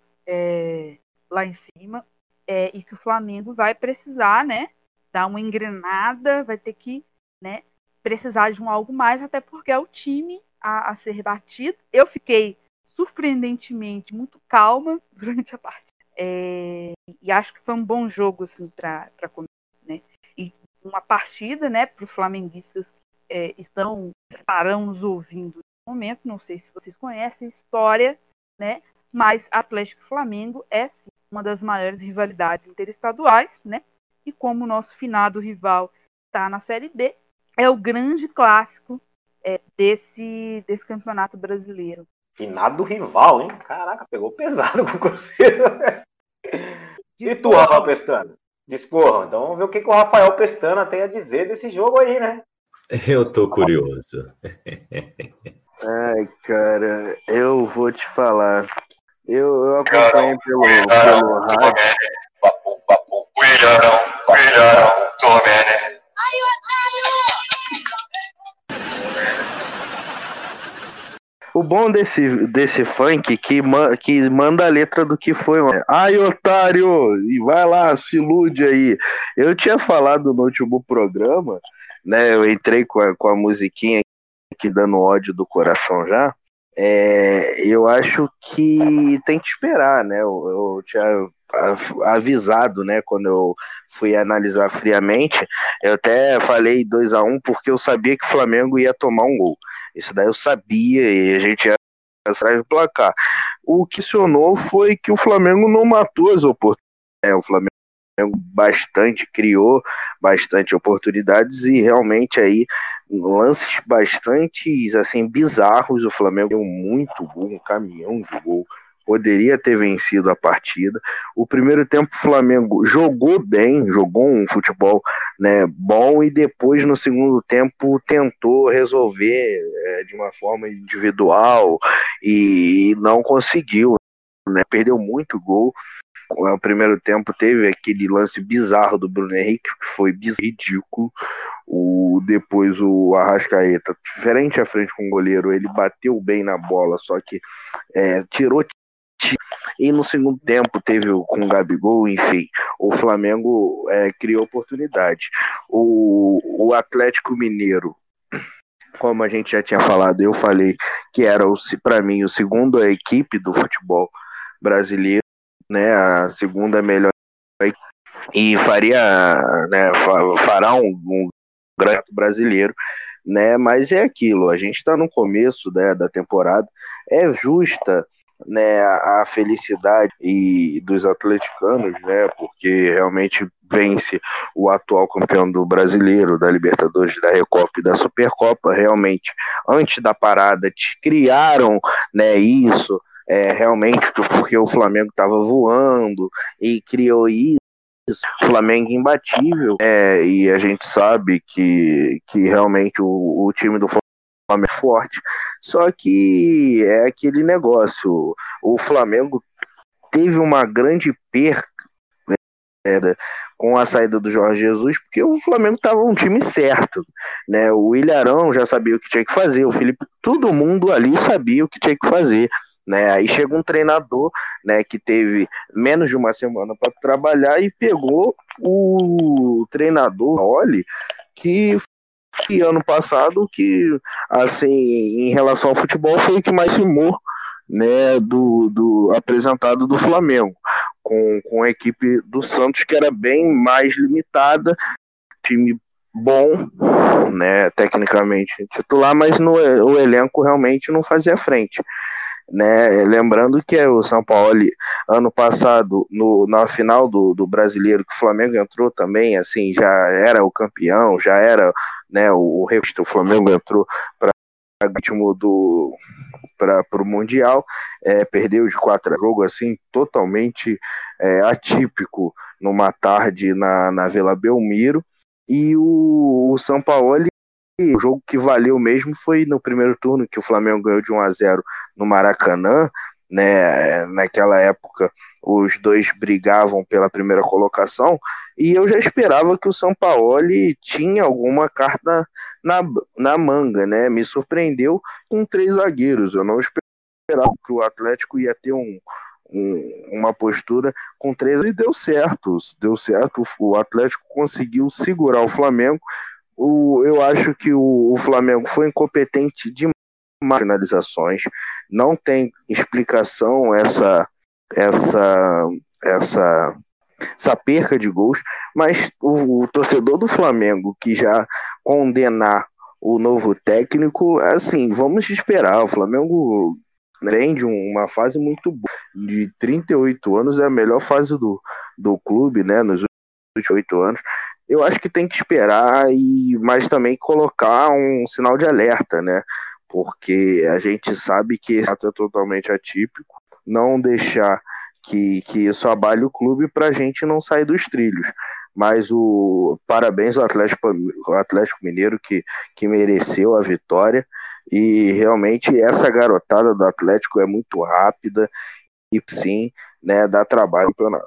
é, lá em cima é, e que o Flamengo vai precisar, né, dar uma engrenada, vai ter que, né, precisar de um algo mais, até porque é o time a, a ser batido. Eu fiquei surpreendentemente muito calma durante a partida. É, e acho que foi um bom jogo assim, para começar. Né? E uma partida, né, para os flamenguistas que é, estão, estarão nos ouvindo no momento, não sei se vocês conhecem a história, né, mas Atlético e Flamengo é sim, uma das maiores rivalidades interestaduais, né? E como o nosso finado rival está na Série B, é o grande clássico é, desse, desse campeonato brasileiro. Finado rival, hein? Caraca, pegou pesado com o Cruzeiro. E tu, Rafael Pestana? Discorra. Então vamos ver o que, que o Rafael Pestana tem a dizer desse jogo aí, né? Eu tô curioso. Ai, cara, eu vou te falar. Eu, eu acompanho pelo, pelo rádio. Papo, papo, cuidarão, cuidarão, tome, né? O bom desse, desse funk que, man, que manda a letra do que foi, mano. Ai, otário! E vai lá, se ilude aí. Eu tinha falado no último programa, né? Eu entrei com a, com a musiquinha aqui dando ódio do coração já. É, eu acho que tem que esperar, né? Eu, eu tinha avisado, né? Quando eu fui analisar friamente, eu até falei dois a um porque eu sabia que o Flamengo ia tomar um gol. Isso daí eu sabia e a gente ia atrás do placar. O que acionou foi que o Flamengo não matou as oportunidades. É, o Flamengo bastante criou bastante oportunidades e realmente aí lances bastante assim bizarros. O Flamengo deu muito gol, um caminhão de gol. Poderia ter vencido a partida. O primeiro tempo o Flamengo jogou bem, jogou um futebol, né, bom, e depois no segundo tempo tentou resolver é, de uma forma individual e não conseguiu, né, perdeu muito gol. No primeiro tempo teve aquele lance bizarro do Bruno Henrique, que foi ridículo. O, depois o Arrascaeta, frente a frente com o goleiro, ele bateu bem na bola, só que é, tirou. E no segundo tempo teve com o Gabigol, enfim, o Flamengo é, criou oportunidade. O, o Atlético Mineiro, como a gente já tinha falado, eu falei que era, para mim, o segundo a equipe do futebol brasileiro, né, a segunda melhor, e faria, né, fará um, um grande brasileiro, né, mas é aquilo, a gente está no começo, né, da temporada, é justa, né, a felicidade e dos atleticanos, né, porque realmente vence o atual campeão do brasileiro, da Libertadores, da Recopa e da Supercopa. Realmente, antes da parada, criaram, né, isso, é, realmente porque o Flamengo estava voando e criou isso. Flamengo imbatível, é, e a gente sabe que, que realmente o, o time do Flamengo é forte, só que é aquele negócio, o Flamengo teve uma grande perca, né, com a saída do Jorge Jesus, porque o Flamengo estava um time certo, né? O Ilharão já sabia o que tinha que fazer, o Felipe, todo mundo ali sabia o que tinha que fazer, né? Aí chega um treinador, né, que teve menos de uma semana para trabalhar e pegou o treinador, olha, que foi ano passado que, assim, em relação ao futebol, foi o que mais filmou, né, do, do apresentado do Flamengo, com, com a equipe do Santos, que era bem mais limitada, time bom, né, tecnicamente titular, mas no, o elenco realmente não fazia frente, né? Lembrando que o São Paulo, ano passado, no, na final do, do Brasileiro, que o Flamengo entrou também, assim, já era o campeão, já era, né, o, o resto, o Flamengo entrou para o último do para o Mundial, é, perdeu de quatro jogos, assim, totalmente é, atípico, numa tarde na, na Vila Belmiro, e o, o São Paulo, o jogo que valeu mesmo foi no primeiro turno, que o Flamengo ganhou de um a zero no Maracanã, né? Naquela época os dois brigavam pela primeira colocação, e eu já esperava que o São Paulo tinha alguma carta na, na manga, né? Me surpreendeu com três zagueiros, eu não esperava que o Atlético ia ter um, um, uma postura com três, e deu certo, deu certo, o Atlético conseguiu segurar o Flamengo. O, eu acho que o, o Flamengo foi incompetente demais nas finalizações, não tem explicação essa, essa, essa, essa perca de gols, mas o, o torcedor do Flamengo que já condenar o novo técnico, assim, vamos esperar, o Flamengo vem de uma fase muito boa, de trinta e oito anos, é a melhor fase do, do clube, né, nos últimos oito anos. Eu acho que tem que esperar, e mas também colocar um sinal de alerta, né? Porque a gente sabe que esse ato é totalmente atípico, não deixar que, que isso abale o clube para a gente não sair dos trilhos. Mas o parabéns ao Atlético, ao Atlético Mineiro, que, que mereceu a vitória, e realmente essa garotada do Atlético é muito rápida e sim, né, dá trabalho no campeonato.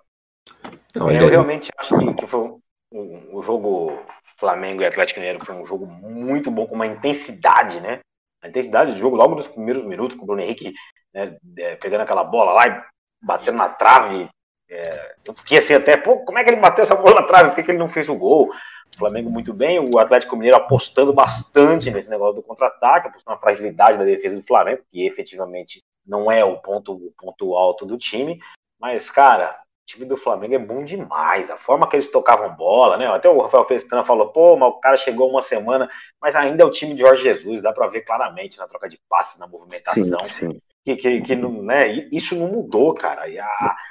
É, eu realmente acho que, que foi o, o jogo Flamengo e Atlético Mineiro foi um jogo muito bom, com uma intensidade, né? A intensidade do jogo logo nos primeiros minutos, com o Bruno Henrique, né, pegando aquela bola lá e batendo na trave. É, eu fiquei assim até, pô, como é que ele bateu essa bola na trave? Por que, que ele não fez o gol? O Flamengo muito bem, o Atlético Mineiro apostando bastante nesse negócio do contra-ataque, apostando na fragilidade da defesa do Flamengo, que efetivamente não é o ponto, o ponto alto do time, mas, cara, o time do Flamengo é bom demais, a forma que eles tocavam bola, né? Até o Rafael Pestana falou, pô, mas o cara chegou uma semana, mas ainda é o time de Jorge Jesus, dá pra ver claramente na troca de passes, na movimentação, sim, sim. que, que, que não, né? Isso não mudou, cara. E a,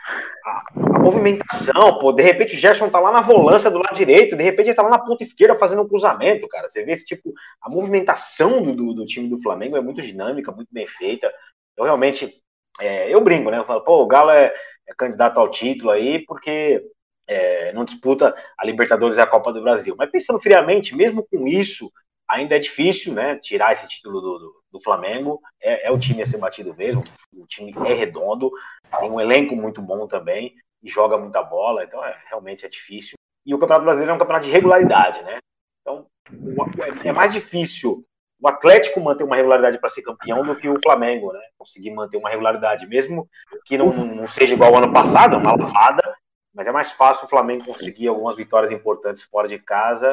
a, a movimentação, pô, de repente o Gerson tá lá na volância do lado direito, de repente ele tá lá na ponta esquerda fazendo um cruzamento, cara. Você vê esse tipo, a movimentação do, do, do time do Flamengo é muito dinâmica, muito bem feita. Eu realmente, é, eu brinco, né? Eu falo, pô, o Galo é é candidato ao título aí, porque é, não disputa a Libertadores e a Copa do Brasil. Mas pensando friamente, mesmo com isso, ainda é difícil, né, tirar esse título do, do, do Flamengo. É, é o time a ser batido mesmo, o time é redondo, tem um elenco muito bom também, e joga muita bola, então é, realmente é difícil. E o Campeonato Brasileiro é um campeonato de regularidade, né? Então é, é mais difícil o Atlético manter uma regularidade para ser campeão do que o Flamengo, né? Conseguir manter uma regularidade, mesmo que não, não seja igual ao ano passado, uma lavada, mas é mais fácil o Flamengo conseguir algumas vitórias importantes fora de casa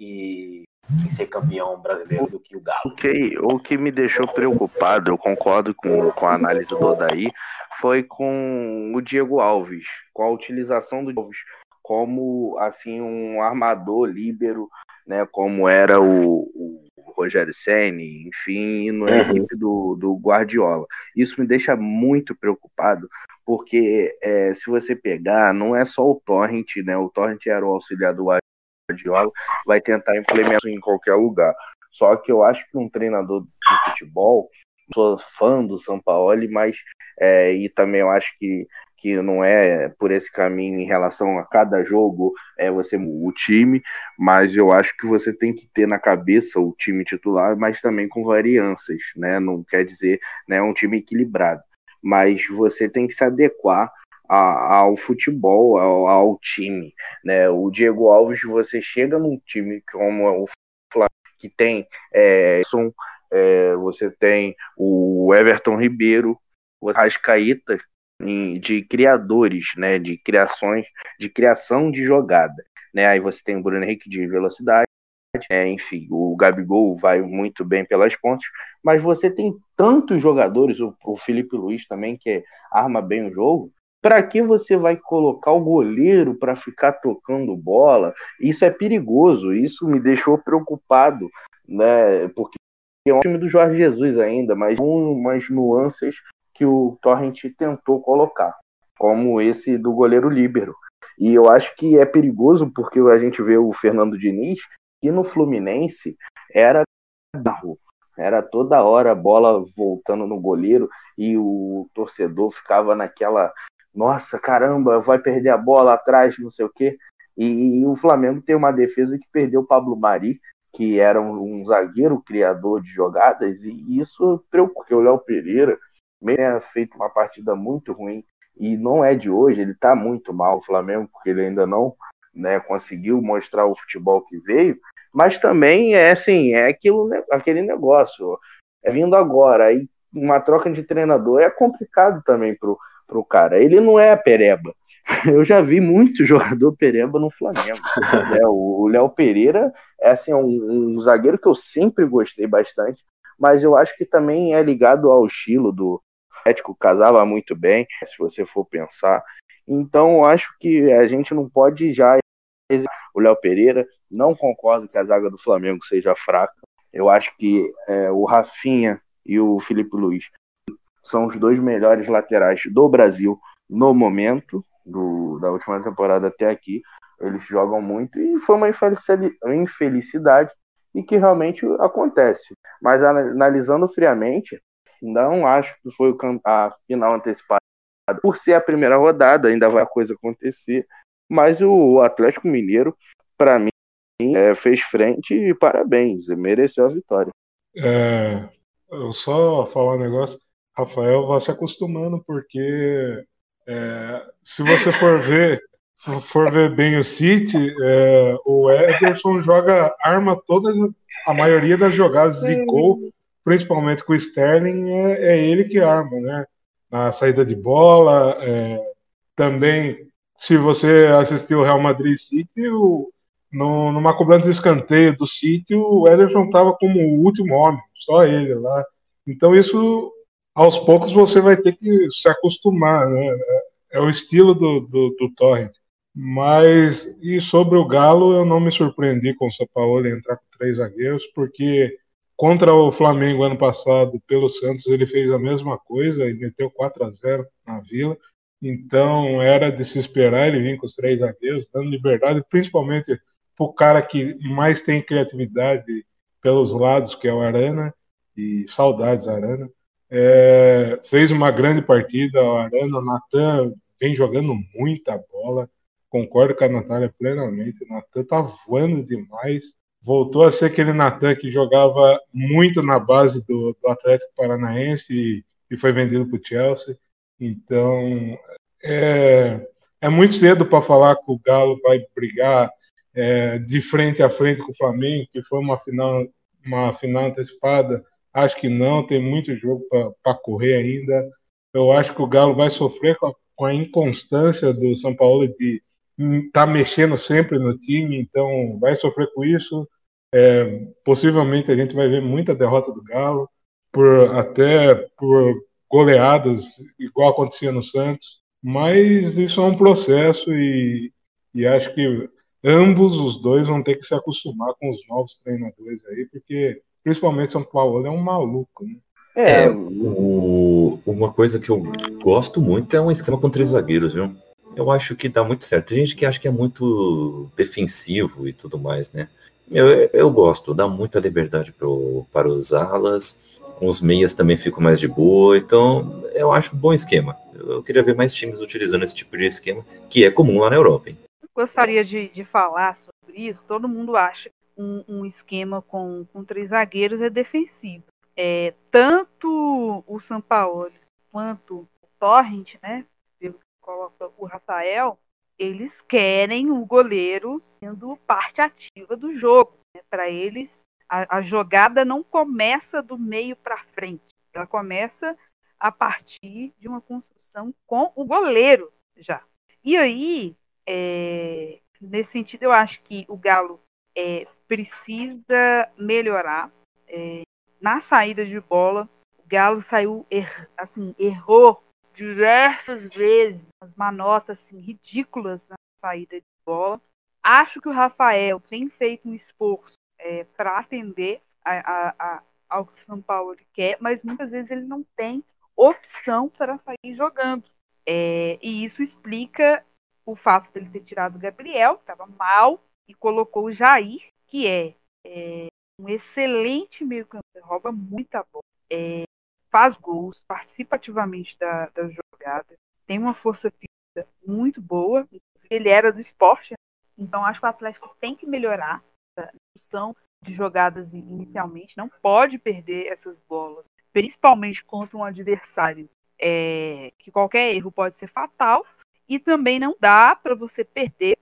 e, e ser campeão brasileiro do que o Galo. O que, o que me deixou preocupado, eu concordo com, com a análise do Odair, foi com o Diego Alves, com a utilização do Alves como assim um armador líbero, né? Como era o, o Rogério Ceni, enfim, na uhum. equipe do, do Guardiola. Isso me deixa muito preocupado, porque é, se você pegar, não é só o Torrent, né? O Torrent era o auxiliar do Guardiola, vai tentar implementar em qualquer lugar. Só que eu acho que um treinador de futebol, sou fã do Sampaoli, mas é, e também eu acho que que não é por esse caminho em relação a cada jogo, é você o time, mas eu acho que você tem que ter na cabeça o time titular, mas também com variâncias, né? Não quer dizer, né, um time equilibrado, mas você tem que se adequar a, ao futebol, ao, ao time, né? O Diego Alves, você chega num time como o Flamengo, que tem é, é, você tem o Everton Ribeiro, o Arrascaeta em- de criadores, né? De criações, de criação de jogada, né? Aí você tem o Bruno Henrique de velocidade, é, enfim, o Gabigol vai muito bem pelas pontas, mas você tem tantos jogadores, o, o Felipe Luiz também, que arma bem o jogo. Para que você vai colocar o goleiro para ficar tocando bola? Isso é perigoso, isso me deixou preocupado, né? Porque é um time do Jorge Jesus ainda, mas com umas nuances que o Torrent tentou colocar, como esse do goleiro líbero. E eu acho que é perigoso porque a gente vê o Fernando Diniz, que no Fluminense era barro, era toda hora a bola voltando no goleiro e o torcedor ficava naquela, nossa, caramba, vai perder a bola atrás, não sei o quê. E, e o Flamengo tem uma defesa que perdeu o Pablo Mari, que era um, um zagueiro criador de jogadas, e isso preocupa, porque o Léo Pereira tinha feito uma partida muito ruim, e não é de hoje, ele está muito mal, o Flamengo, porque ele ainda não, né, conseguiu mostrar o futebol que veio, mas também é assim, é aquilo, aquele negócio, é vindo agora, aí uma troca de treinador é complicado também pro, pro cara, ele não é pereba. Eu já vi muito jogador pereba no Flamengo, né? O Léo Pereira é assim, um, um zagueiro que eu sempre gostei bastante, mas eu acho que também é ligado ao estilo do Atlético, casava muito bem, se você for pensar. Então eu acho que a gente não pode já o Léo Pereira, não concordo que a zaga do Flamengo seja fraca. Eu acho que é, o Rafinha e o Felipe Luiz são os dois melhores laterais do Brasil no momento, do, da última temporada até aqui. Eles jogam muito e foi uma infelicidade e que realmente acontece. Mas analisando friamente, não acho que foi a final antecipada. Por ser a primeira rodada, ainda vai a coisa acontecer. Mas o Atlético Mineiro, para mim, é, fez frente e parabéns, mereceu a vitória. É, eu só falar um negócio, Rafael, vá se acostumando, porque é, se você for ver, for ver bem o City, é, o Ederson joga, arma toda a maioria das jogadas de gol, principalmente com o Sterling, é, é ele que arma, né? Na saída de bola, é, também, se você assistiu o Real Madrid City, o, no, numa cobrança de escanteio do City, o Ederson estava como o último homem, só ele lá. Então isso, aos poucos, você vai ter que se acostumar, né? É o estilo do, do, do Torrent. Mas, e sobre o Galo, eu não me surpreendi com o São Paulo entrar com três zagueiros, porque contra o Flamengo ano passado, pelo Santos, ele fez a mesma coisa e meteu quatro a zero na Vila. Então, era de se esperar ele vir com os três zagueiros, dando liberdade, principalmente para o cara que mais tem criatividade pelos lados, que é o Arana, e saudades Arana. É, fez uma grande partida, o Arana, o Natan vem jogando muita bola, concordo com a Natália plenamente, o Natan tá voando demais, voltou a ser aquele Natan que jogava muito na base do, do Atlético Paranaense e, e foi vendido para o Chelsea. Então, é, é muito cedo para falar que o Galo vai brigar é, de frente a frente com o Flamengo, que foi uma final, uma final antecipada. Acho que não, tem muito jogo para correr ainda. Eu acho que o Galo vai sofrer com a, com a inconstância do São Paulo de estar tá mexendo sempre no time, então vai sofrer com isso. É, possivelmente a gente vai ver muita derrota do Galo, por, até por goleadas, igual acontecia no Santos, mas isso é um processo e, e acho que ambos os dois vão ter que se acostumar com os novos treinadores aí, porque principalmente São Paulo é um maluco, né? É, o, uma coisa que eu gosto muito é um esquema com três zagueiros, viu? Eu acho que dá muito certo. Tem gente que acha que é muito defensivo e tudo mais, né? Eu, eu gosto, dá muita liberdade pro, para os alas, os meias também ficam mais de boa, então eu acho um bom esquema. Eu queria ver mais times utilizando esse tipo de esquema, que é comum lá na Europa, hein? Gostaria de, de falar sobre isso. Todo mundo acha que um, um esquema com, com três zagueiros é defensivo. É, tanto o Sampaoli quanto o Torrent, né, coloca o Rafael, eles querem o goleiro sendo parte ativa do jogo. Né? Para eles, a, a jogada não começa do meio para frente, ela começa a partir de uma construção com o goleiro já. E aí, é, nesse sentido, eu acho que o Galo é, precisa melhorar é, na saída de bola. O Galo saiu, er, assim, errou diversas vezes, umas manotas assim, ridículas na saída de bola. Acho que o Rafael tem feito um esforço é, para atender a, a, a, ao que o São Paulo quer, mas muitas vezes ele não tem opção para sair jogando. É, e isso explica o fato dele ter tirado o Gabriel, que estava mal, e colocou o Jair, que é, é um excelente meio-campista, rouba muita bola, é, faz gols, participa ativamente da, da jogada, tem uma força física muito boa, ele era do esporte, então acho que o Atlético tem que melhorar a discussão de jogadas inicialmente, não pode perder essas bolas, principalmente contra um adversário é, que qualquer erro pode ser fatal, e também não dá para você perder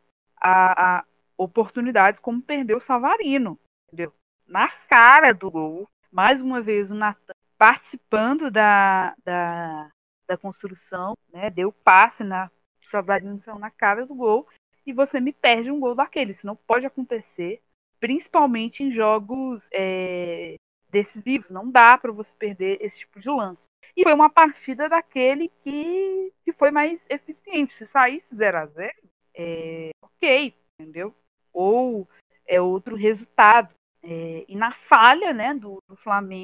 a, a oportunidades como perdeu o Savarino, entendeu? Na cara do gol, mais uma vez o Natan participando da, da, da construção, né? Deu passe na Savarino na cara do gol, e você me perde um gol daquele. Isso não pode acontecer, principalmente em jogos é, decisivos. Não dá para você perder esse tipo de lance. E foi uma partida daquele que, que foi mais eficiente. Se saísse zero a zero, é, ok, entendeu? Ou é outro resultado. É, e na falha, né, do, do Flamengo,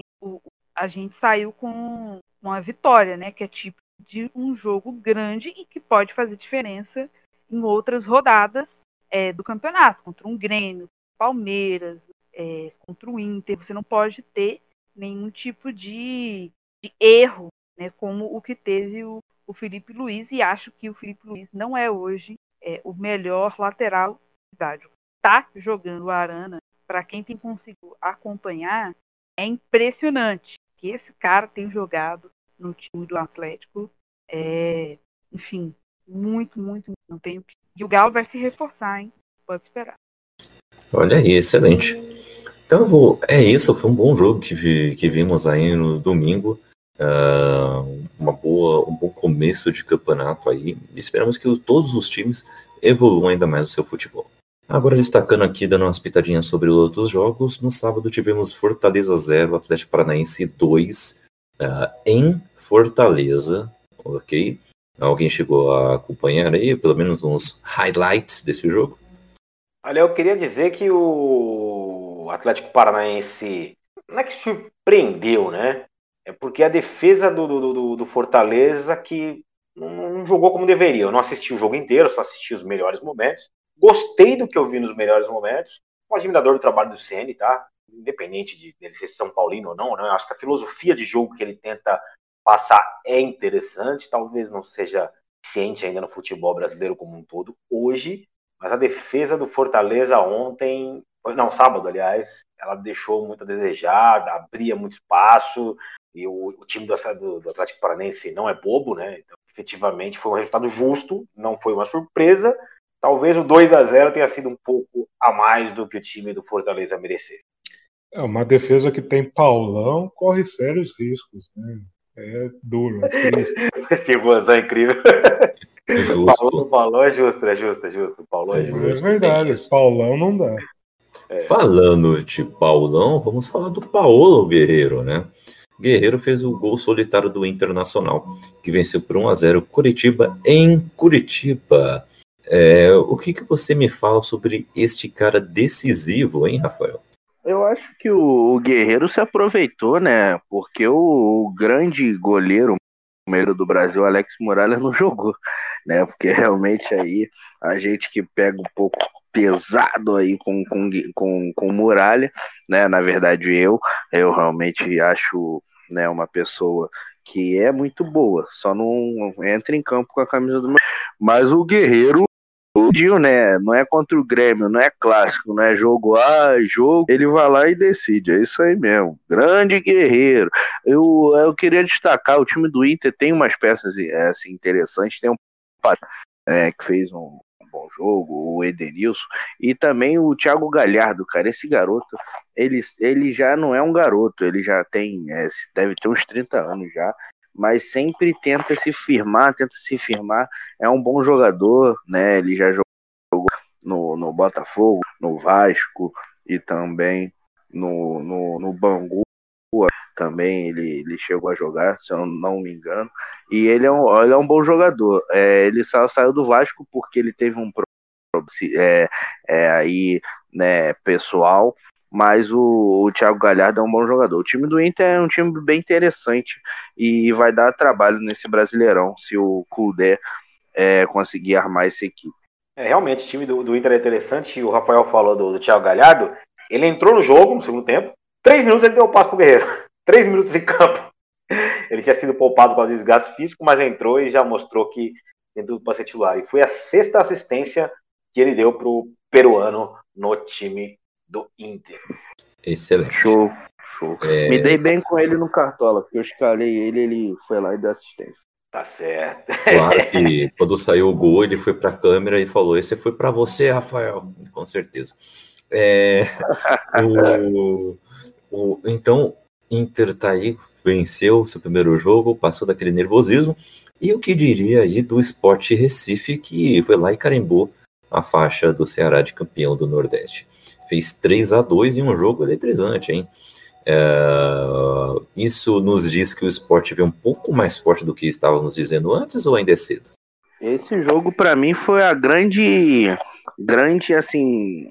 a gente saiu com uma vitória, né, que é tipo de um jogo grande e que pode fazer diferença em outras rodadas é, do campeonato, contra um Grêmio, Palmeiras, é, contra o Inter. Você não pode ter nenhum tipo de, de erro, né, como o que teve o, o Felipe Luiz, e acho que o Felipe Luiz não é hoje é, o melhor lateral da cidade. Tá jogando o Arana, para quem tem conseguido acompanhar, é impressionante que esse cara tem jogado no time do Atlético. É, enfim, muito, muito, não tenho que... E o Galo vai se reforçar, hein? Pode esperar. Olha aí, excelente. Então eu vou. É isso, foi um bom jogo que, vi, que vimos aí no domingo. Uh, uma boa, um bom começo de campeonato aí. Esperamos que todos os times evoluam ainda mais o seu futebol. Agora destacando aqui, dando umas pitadinhas sobre outros jogos. No sábado tivemos Fortaleza zero, Atlético Paranaense dois, uh, em Fortaleza, ok? Alguém chegou a acompanhar aí, pelo menos uns highlights desse jogo? Olha, eu queria dizer que o Atlético Paranaense não é que surpreendeu, né? É porque a defesa do, do, do Fortaleza que não jogou como deveria. Eu não assisti o jogo inteiro, só assisti os melhores momentos. Gostei do que eu vi nos melhores momentos. Um admirador do trabalho do Ceni, tá? Independente de ele ser São Paulino ou não, né? Eu acho que a filosofia de jogo que ele tenta passar é interessante. Talvez não seja ciente ainda no futebol brasileiro como um todo hoje, mas a defesa do Fortaleza ontem, não, sábado, aliás, ela deixou muito a desejar, abria muito espaço, e o, o time do, do, do Atlético Paranaense não é bobo, né? Então, efetivamente, foi um resultado justo, não foi uma surpresa. Talvez o dois a zero tenha sido um pouco a mais do que o time do Fortaleza merecesse. É uma defesa que tem Paulão, corre sérios riscos, né? É duro, é triste. Esse gozão é incrível. Justo. O Paulão é justo, é justo, é justo. O Paulão é É justo. É verdade, Paulão não dá. É. Falando de Paulão, vamos falar do Paulo Guerreiro, né? Guerreiro fez o gol solitário do Internacional, que venceu por um a zero Curitiba em Curitiba. É, o que, que você me fala sobre este cara decisivo, hein, Rafael? Eu acho que o, o Guerreiro se aproveitou, né? Porque o, o grande goleiro o melhor do Brasil, Alex Muralha, não jogou, né? Porque realmente aí a gente que pega um pouco pesado aí com com com, com Muralha, né? Na verdade eu eu realmente acho, né, uma pessoa que é muito boa, só não entra em campo com a camisa do meu. Mas o Guerreiro decidiu, né? Não é contra o Grêmio, não é clássico, não é jogo ah, jogo, ele vai lá e decide, é isso aí mesmo, grande Guerreiro. Eu, eu queria destacar, o time do Inter tem umas peças assim, interessantes, tem um é, que fez um bom jogo, o Edenilson, e também o Thiago Galhardo, cara, esse garoto, ele, ele já não é um garoto, ele já tem, é, deve ter uns trinta anos já, mas sempre tenta se firmar, tenta se firmar. É um bom jogador, né? Ele já jogou no, no Botafogo, no Vasco e também no, no, no Bangu. Também ele, ele chegou a jogar, se eu não me engano. E ele é um, ele é um bom jogador. É, ele saiu, saiu do Vasco porque ele teve um problema é, é, aí, né, pessoal. Mas o, o Thiago Galhardo é um bom jogador. O time do Inter é um time bem interessante e vai dar trabalho nesse Brasileirão se o Kudê é, conseguir armar essa equipe. É, realmente, o time do, do Inter é interessante. O Rafael falou do, do Thiago Galhardo. Ele entrou no jogo no segundo tempo. Três minutos ele deu o passo pro Guerreiro. Três minutos em campo. Ele tinha sido poupado com o desgaste físico, mas entrou e já mostrou que tem tudo para ser titular. E foi a sexta assistência que ele deu pro peruano no time do Inter. Excelente. Show, show. É... Me dei bem com ele no Cartola, porque eu escalei ele, ele foi lá e deu assistência. Tá certo. Claro que quando saiu o gol, ele foi para a câmera e falou: esse foi para você, Rafael. Com certeza. É... o... o... Então, Inter tá aí, venceu seu primeiro jogo, passou daquele nervosismo. E o que diria aí do Sport Recife, que foi lá e carimbou a faixa do Ceará de campeão do Nordeste. Fez três a dois em um jogo eletrizante, hein? É, isso nos diz que o Sport veio um pouco mais forte do que estávamos dizendo antes, ou ainda é cedo? Esse jogo, para mim, foi a grande, grande, assim,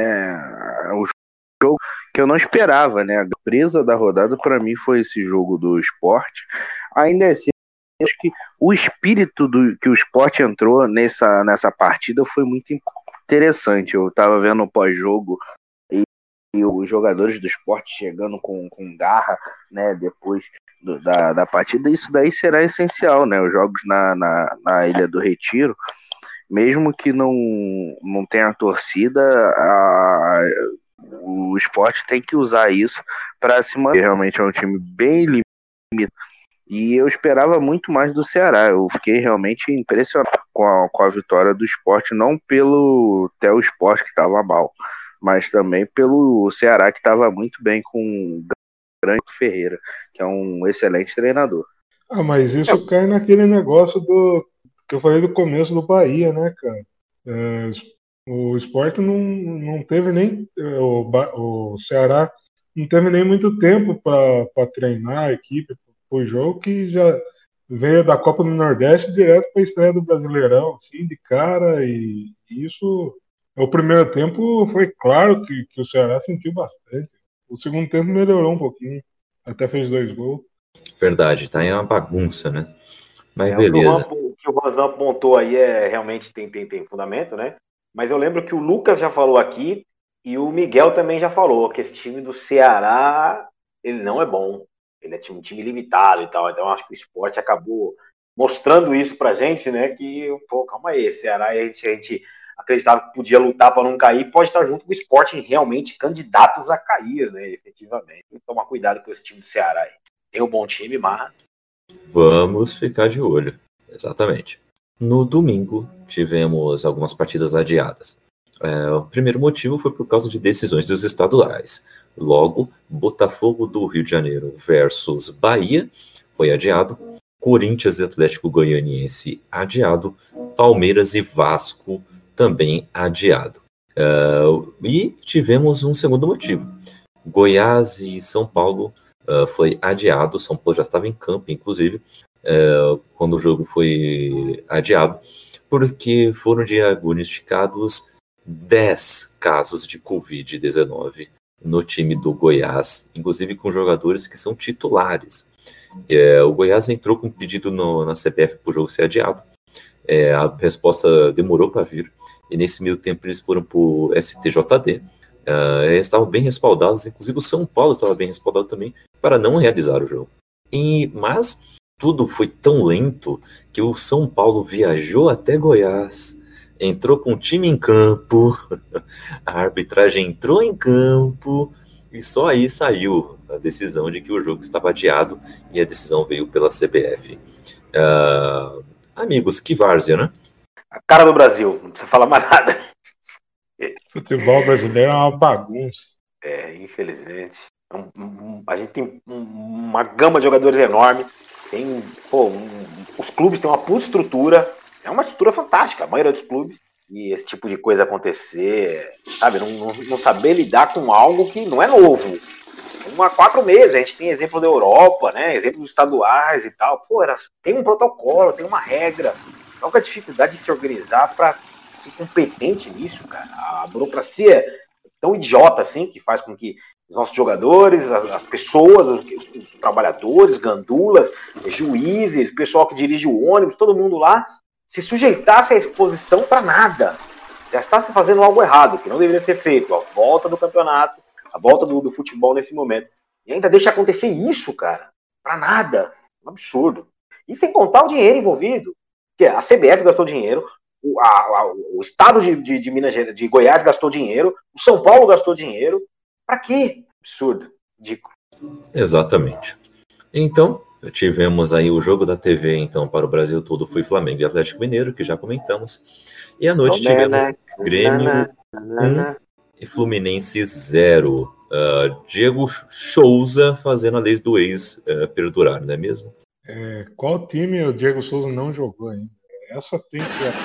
é, o jogo que eu não esperava, né? A surpresa da rodada, para mim, foi esse jogo do Sport. Ainda é cedo. Acho que o espírito do que o Sport entrou nessa, nessa partida foi muito interessante. Eu estava vendo o pós-jogo e, e os jogadores do Sport chegando com, com garra, né, depois do, da, da partida. Isso daí será essencial, né? Os jogos na, na, na Ilha do Retiro, mesmo que não, não tenha torcida, a, o Sport tem que usar isso para se manter. Realmente é um time bem limitado. E eu esperava muito mais do Ceará. Eu fiquei realmente impressionado com a, com a vitória do Sport, não pelo Theo Sport, que estava mal, mas também pelo Ceará, que estava muito bem com o Grande Ferreira, que é um excelente treinador. Ah, mas isso é. cai naquele negócio do que eu falei do começo do Bahia, né, cara? É, o Sport não, não teve nem... O, o Ceará não teve nem muito tempo para treinar a equipe, o jogo, que já veio da Copa do Nordeste direto para a estreia do Brasileirão, assim, de cara, e isso, o primeiro tempo foi claro que, que o Ceará sentiu bastante. O segundo tempo melhorou um pouquinho, até fez dois gols. Verdade, tá em uma bagunça, né? Mas é, beleza. O que o Rosão apontou aí é realmente tem, tem, tem fundamento, né? Mas eu lembro que o Lucas já falou aqui e o Miguel também já falou que esse time do Ceará, ele não é bom. Ele é um time limitado e tal, então acho que o Sport acabou mostrando isso pra gente, né, que, pô, calma aí, Ceará, a gente, a gente acreditava que podia lutar para não cair, pode estar junto com o Sport realmente candidatos a cair, né, efetivamente. Tem que tomar cuidado com esse time do Ceará aí. Tem um bom time, mas... Vamos ficar de olho, exatamente. No domingo, tivemos algumas partidas adiadas. É, o primeiro motivo foi por causa de decisões dos estaduais. Logo, Botafogo do Rio de Janeiro versus Bahia foi adiado, Corinthians e Atlético Goianiense adiado, Palmeiras e Vasco também adiado. Uh, e tivemos um segundo motivo. Goiás e São Paulo uh, foi adiado, São Paulo já estava em campo, inclusive, uh, quando o jogo foi adiado, porque foram diagnosticados dez casos de covid dezenove no time do Goiás, inclusive com jogadores que são titulares. É, o Goiás entrou com um pedido no, na C B F para o jogo ser adiado. É, a resposta demorou para vir, e nesse meio tempo eles foram para o S T J D. É, eles estavam bem respaldados, inclusive o São Paulo estava bem respaldado também, para não realizar o jogo. E, mas tudo foi tão lento que o São Paulo viajou até Goiás, entrou com o time em campo, a arbitragem entrou em campo, e só aí saiu a decisão de que o jogo estava adiado, e a decisão veio pela C B F. Uh, amigos, que várzea, né? A cara do Brasil, não precisa falar mais nada. Futebol brasileiro é uma bagunça. É, infelizmente. Um, um, a gente tem um, uma gama de jogadores enorme, Tem, pô, um, os clubes têm uma puta estrutura, é uma estrutura fantástica, a maioria dos clubes, e esse tipo de coisa acontecer, sabe, não, não, não saber lidar com algo que não é novo. Há quatro meses, a gente tem exemplo da Europa, né, exemplos estaduais e tal, pô, era, tem um protocolo, tem uma regra, qual que é a dificuldade de se organizar para ser competente nisso, cara? A burocracia é tão idiota assim, que faz com que os nossos jogadores, as, as pessoas, os, os, os trabalhadores, gandulas, juízes, o pessoal que dirige o ônibus, todo mundo lá, se sujeitasse à exposição para nada. Já está se fazendo algo errado, que não deveria ser feito. A volta do campeonato, a volta do, do futebol nesse momento. E ainda deixa acontecer isso, cara. Para nada. Um absurdo. E sem contar o dinheiro envolvido. Porque a C B F gastou dinheiro, o, a, a, o estado de, de, de Minas Gerais, de Goiás gastou dinheiro, o São Paulo gastou dinheiro. Para quê? Absurdo. Dico. Exatamente. Então, tivemos aí o jogo da T V, então, para o Brasil todo, foi Flamengo e Atlético Mineiro, que já comentamos. E à noite tivemos Grêmio um e Fluminense zero. Uh, Diego Souza fazendo a lei do ex uh, perdurar, não é mesmo? É, qual time o Diego Souza não jogou ainda? Essa tem que ser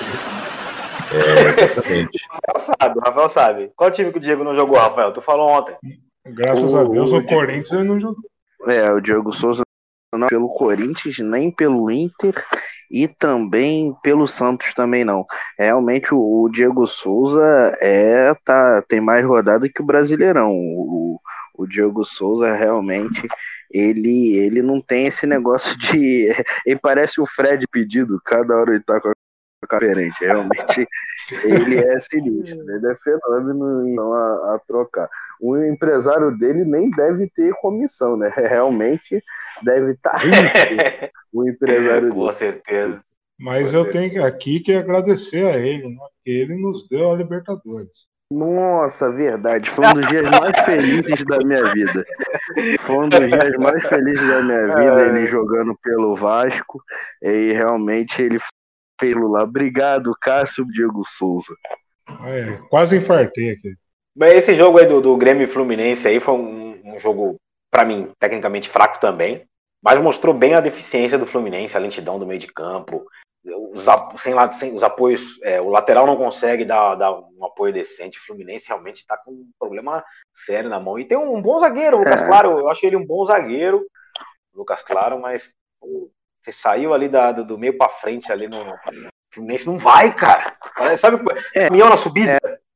a É, exatamente. O Rafael sabe, o Rafael sabe. Qual time que o Diego não jogou, Rafael? Tu falou ontem. Graças O- a Deus, o, o- Corinthians ele não jogou. É, o Diego Souza não pelo Corinthians, nem pelo Inter e também pelo Santos também não. Realmente o, o Diego Souza é, tá, tem mais rodada que o Brasileirão. O, o Diego Souza realmente ele, ele não tem esse negócio de. Ele parece o Fred pedido, cada hora ele tá com a diferente. Realmente ele é sinistro, ele é fenômeno em não a, a trocar. O empresário dele nem deve ter comissão, né? Realmente deve estar rico o empresário Com dele. certeza. Mas eu tenho que- aqui que agradecer a ele, né? Porque ele nos deu a Libertadores. Nossa, verdade. Foi um dos dias mais felizes da minha vida. Foi um dos dias mais felizes da minha vida, ele jogando pelo Vasco. E realmente ele fez lá. Obrigado, Cássio Diego Souza. É, quase infartei aqui. Mas esse jogo aí do, do Grêmio e Fluminense aí foi um, um jogo, pra mim, tecnicamente fraco também, mas mostrou bem a deficiência do Fluminense, a lentidão do meio de campo, os, a- sem, la- sem os apoios, é, o lateral não consegue dar, dar um apoio decente, o Fluminense realmente está com um problema sério na mão, e tem um bom zagueiro, o Lucas É. Claro, eu acho ele um bom zagueiro, o Lucas Claro, mas pô, você saiu ali da- do, do meio pra frente ali no... O Fluminense não vai, cara. Sabe, É. caminhão na subida?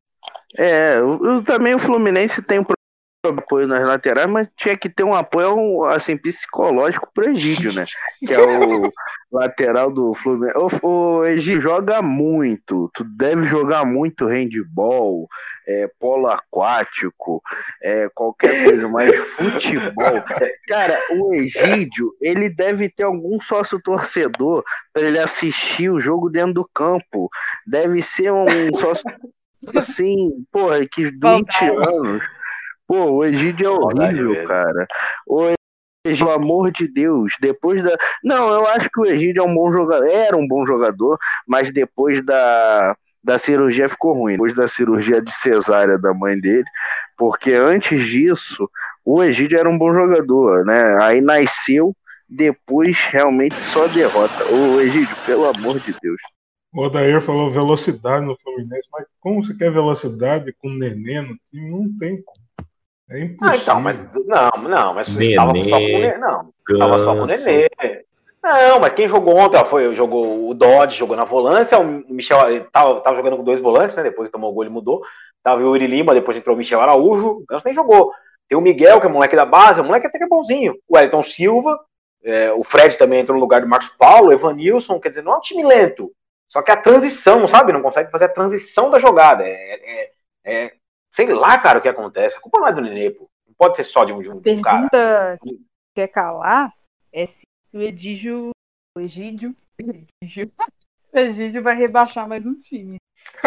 É, eu, eu também o Fluminense tem um pro- apoio nas laterais, mas tinha que ter um apoio assim, psicológico pro Egídio, né? Que é o lateral do Fluminense. O, o Egídio joga muito, tu deve jogar muito handball, é, polo aquático, é, qualquer coisa, mas futebol. Cara, o Egídio, ele deve ter algum sócio torcedor para ele assistir o jogo dentro do campo. Deve ser um sócio assim, porra, que vinte anos. Pô, o Egídio é horrível, mesmo. cara. O Egídio, pelo amor de Deus, depois da. Não, eu acho que o Egídio é um bom jogador. Era um bom jogador, mas depois da, da cirurgia ficou ruim. Depois da cirurgia de cesárea da mãe dele, porque antes disso, o Egídio era um bom jogador, né? Aí nasceu, depois realmente só derrota. Ô, Egídio, pelo amor de Deus. O Odair falou velocidade no Fluminense, mas como você quer velocidade com nenê no time? Não tem como. É impossível. Ah, então, mas não, não, mas estava só com o Nenê, não, estava só com o Ganso. Nenê. Não, mas quem jogou ontem, ó, foi, jogou o Dodge, jogou na volância, o Michel, ele tava, tava jogando com dois volantes, né, depois que tomou o gol ele mudou, tava o Yuri Lima, depois entrou o Michel Araújo, o Ganso nem jogou. Tem o Miguel, que é moleque da base, o moleque até que é bonzinho, o Wellington Silva, é, o Fred também entrou no lugar do Marcos Paulo, o Evanilson, quer dizer, não é um time lento, só que a transição, sabe, não consegue fazer a transição da jogada, é, é, é sei lá, cara, o que acontece, a culpa não é do Nenê, pô. Não pode ser só de um, de um, de um cara. Pergunta que quer calar é se o Egídio, o Egídio, Egídio, o Egídio vai rebaixar mais um time.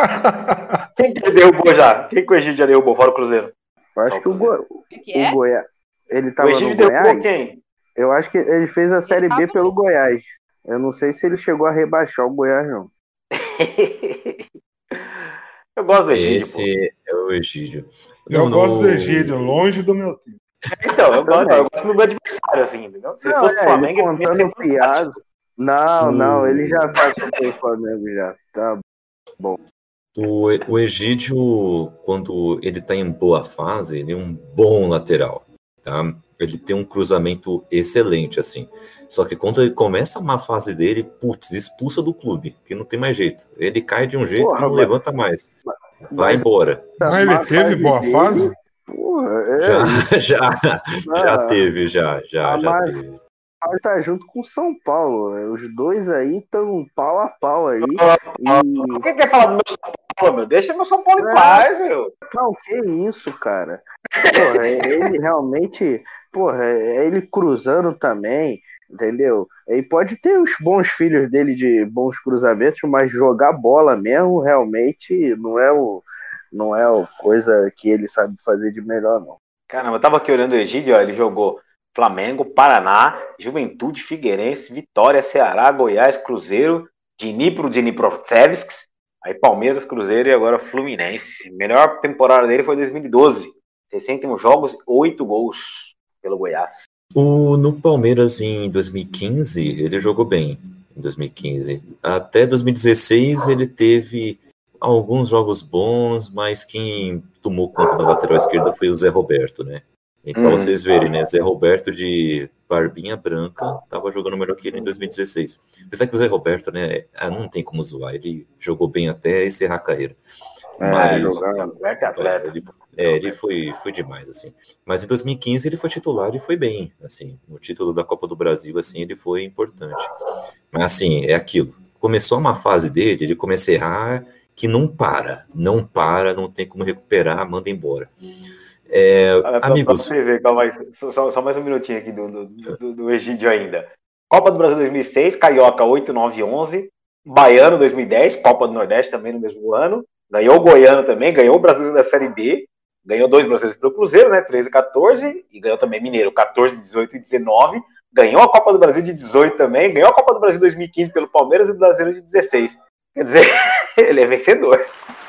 Quem que ele derrubou já? Quem que o Egídio já derrubou fora o Cruzeiro? Eu acho Só o que o, Cruzeiro. Go... O que, que é? o Goiás. Ele O tava no Egídio derrubou Goiás? quem? Eu acho que ele fez a Série B tava- pelo Goiás. Eu não sei se ele chegou a rebaixar o Goiás, não. Eu gosto do Egídio, pô. Esse é o Egídio. Eu Não, gosto no- do Egídio, longe do meu time. Então, eu gosto, Também. eu gosto do meu adversário, assim, entendeu? Se ele Não, fosse pro é, Flamengo, ele ele ia ser contando piada. fantástico. Não, não, O- ele já passou pelo Flamengo já. Tá. O, E- o Egídio, quando ele tá em boa fase, ele é um bom lateral, tá? Ele tem um cruzamento excelente, assim. Só que quando ele começa a má fase dele, putz, expulsa do clube, que não tem mais jeito. Ele cai de um jeito Porra, que não mas- levanta mais. Vai mas- embora. Mas ele teve boa fase? Porra, é. Já, já, já Ah, teve, já, já, ah, já mas- teve. Ele tá junto com o São Paulo. né? Os dois aí estão pau a pau aí. Por E. que quer falar do meu São Paulo, meu? Deixa meu São Paulo em É. paz, meu. Não, que isso, cara. Porra, ele realmente. Porra, é ele cruzando também, entendeu? Ele pode ter os bons filhos dele de bons cruzamentos, mas jogar bola mesmo realmente não é o. Não é a coisa que ele sabe fazer de melhor, não. Caramba, eu tava aqui olhando o Egídio, ó, ele jogou Flamengo, Paraná, Juventude, Figueirense, Vitória, Ceará, Goiás, Cruzeiro, Dnipro, Dnipropetrovsk, aí Palmeiras, Cruzeiro e agora Fluminense. Melhor temporada dele foi dois mil e doze. sessenta e um jogos, oito gols pelo Goiás. O, no Palmeiras, em dois mil e quinze, ele jogou bem. Em dois mil e quinze. Até dois mil e dezesseis, ele teve alguns jogos bons, mas quem tomou conta da lateral esquerda foi o Zé Roberto, né? Então, Hum. vocês verem, né? Zé Roberto de barbinha branca tava jogando melhor que ele em dois mil e dezesseis. Apesar que o Zé Roberto, né? ah, Não tem como zoar. Ele jogou bem até encerrar a carreira. É, Mas jogar- Roberto é atleta. ele, é, ele foi, foi demais, assim. Mas em dois mil e quinze ele foi titular e foi bem, assim. No título da Copa do Brasil, assim, ele foi importante. Mas, assim, é aquilo. Começou uma fase dele, ele começa a errar que não para. Não para, não tem como recuperar, manda embora. É, Olha, pra- amigos, Pra você ver, calma aí, só, só- só mais um minutinho aqui do, do, do, do Egídio ainda. Copa do Brasil dois mil e seis, Carioca oito, nove, onze. Baiano dois mil e dez, Copa do Nordeste também no mesmo ano. Ganhou o Goiano também, ganhou o Brasileiro da Série B. Ganhou dois brasileiros pelo Cruzeiro, né? treze e quatorze. E ganhou também Mineiro, quatorze, dezoito e dezenove. Ganhou a Copa do Brasil de dezoito também. Ganhou a Copa do Brasil dois mil e quinze pelo Palmeiras e o Brasileiro de dezesseis. Quer dizer, ele é vencedor.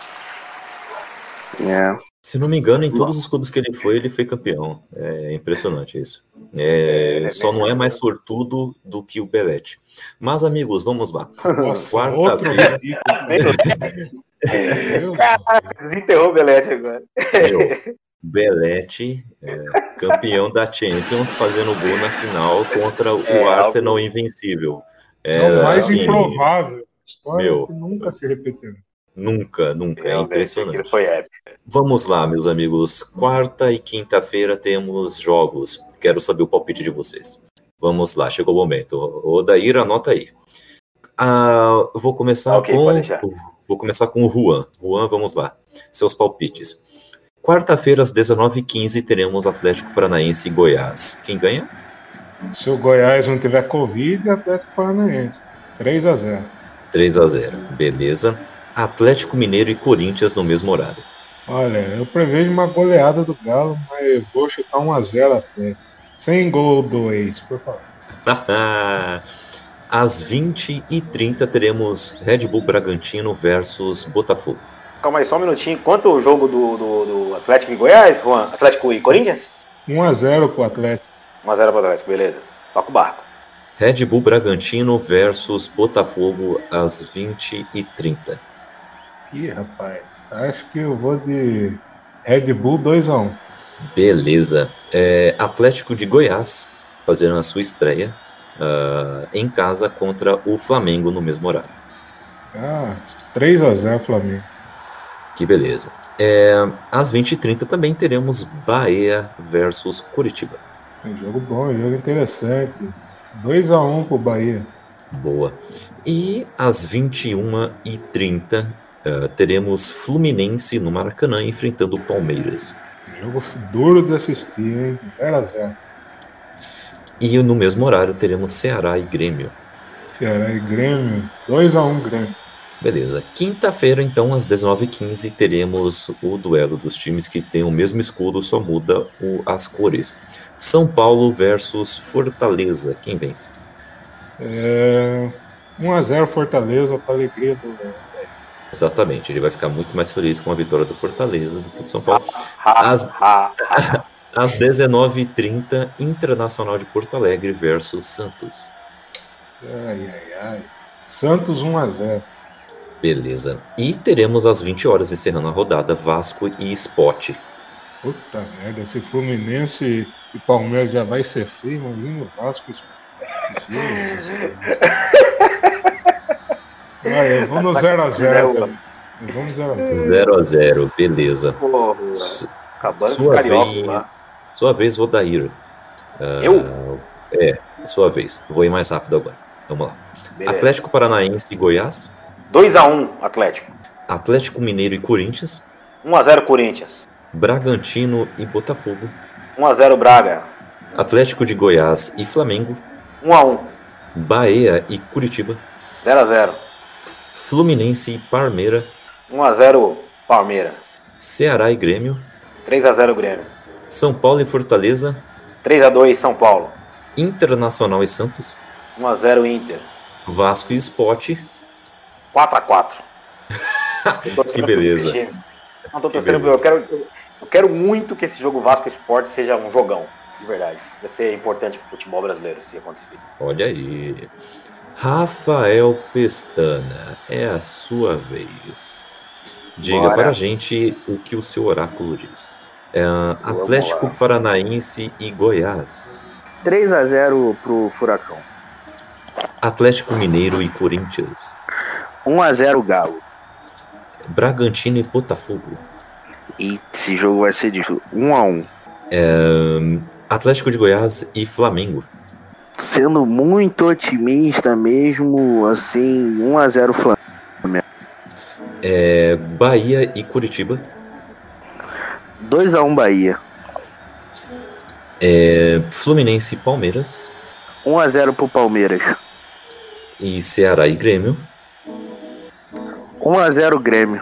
É. se não me engano, em todos os clubes que ele foi, ele foi campeão. É impressionante isso. É, É, só não é mais sortudo do que o Belete. Mas, amigos, vamos lá. Nossa, outro Quarta-feira. ridículo. Meu Deus. Desenterrou o Belete agora. Meu, Belete, é, campeão da Champions, fazendo gol na final contra o É, Arsenal algo- invencível. É o mais assim, improvável. História meu. que nunca se repetirá. Nunca, nunca. É Realmente, impressionante. aquilo foi épico. Vamos lá, meus amigos. Quarta e quinta-feira temos jogos. Quero saber o palpite de vocês. Vamos lá, chegou o momento. O Daír, anota aí. Ah, eu vou começar Ok, com. pode deixar. Vou começar com o Juan. Juan, vamos lá. Seus palpites. Quarta-feira, às dezenove e quinze, teremos Atlético Paranaense e Goiás. Quem ganha? Se o Goiás não tiver Covid, Atlético Paranaense. três a zero. três a zero. Beleza. Atlético Mineiro e Corinthians no mesmo horário. Olha, eu prevejo uma goleada do Galo, mas vou chutar um a zero Atlético. Sem gol do ex, por favor. Às vinte e trinta, teremos Red Bull Bragantino versus Botafogo. Calma aí, só um minutinho. Quanto o jogo do, do, do Atlético e Goiás, Juan? Atlético e Corinthians? um a zero pro Atlético. um a zero para o Atlético, beleza. Toca o barco. Red Bull Bragantino versus Botafogo às vinte e trinta. Ih, rapaz, acho que eu vou de Red Bull dois a um. Beleza. É, Atlético de Goiás fazendo a sua estreia ah, em casa contra o Flamengo no mesmo horário. Ah, três a zero Flamengo. Que beleza. É, às vinte e trinta também teremos Bahia versus Curitiba. Um jogo bom, um jogo interessante. dois a um pro Bahia. Boa. E às vinte e uma e trinta uh, teremos Fluminense no Maracanã enfrentando o Palmeiras. Jogo duro de assistir, hein? zero a zero. E no mesmo horário teremos Ceará e Grêmio. Ceará e Grêmio. dois a um Grêmio. Beleza. Quinta-feira, então, às dezenove e quinze, teremos o duelo dos times que têm o mesmo escudo, só muda o, as cores. São Paulo versus Fortaleza. Quem vence? É... um a zero Fortaleza, para alegria do Exatamente. Ele vai ficar muito mais feliz com a vitória do Fortaleza do que do São Paulo. Ha, As- ha, ha. Às dezenove e trinta, Internacional de Porto Alegre versus Santos. Ai, ai, ai. Santos um a zero. Beleza. E teremos às vinte horas, encerrando a rodada, Vasco e Sport. Puta merda, esse Fluminense e Palmeiras já vai ser feio, imagina o Vasco. Jesus. Vai, vamos no zero a zero. Vamos zero a zero. zero a zero, beleza. Porra, Su- acabando com os Sua cariocas lá. vez, sua vez, Rodair. Ah, Eu? É, sua vez. Vou ir mais rápido agora. Vamos lá. Beleza. Atlético Paranaense e Goiás. dois a um, Atlético. Atlético Mineiro e Corinthians. um a zero, Corinthians. Bragantino e Botafogo. um a zero, Braga. Atlético de Goiás e Flamengo. um a um. Bahia e Curitiba. zero a zero. Fluminense e Palmeiras. um a zero, Palmeiras. Ceará e Grêmio. três a zero, Grêmio. São Paulo e Fortaleza. três a dois, São Paulo. Internacional e Santos. um a zero, Inter. Vasco e Sport. quatro a quatro. Que beleza. Não tô Que torcendo, beleza. eu quero, eu, eu quero muito que esse jogo Vasco Sport seja um jogão, de verdade. Vai ser importante pro futebol brasileiro se acontecer. Olha aí. Rafael Pestana, é a sua vez. Diga Bora. para a gente o que o seu oráculo diz. É, Atlético lá. Paranaense e Goiás. três a zero pro Furacão. Atlético Mineiro e Corinthians. um a zero Galo. Bragantino e Botafogo. E esse jogo vai ser disso. um a um. É, Atlético de Goiás e Flamengo. Sendo muito otimista mesmo, assim, um a zero Flamengo. É, Bahia e Curitiba. dois a um Bahia. É, Fluminense e Palmeiras. um a zero pro Palmeiras. E Ceará e Grêmio. um a zero Grêmio.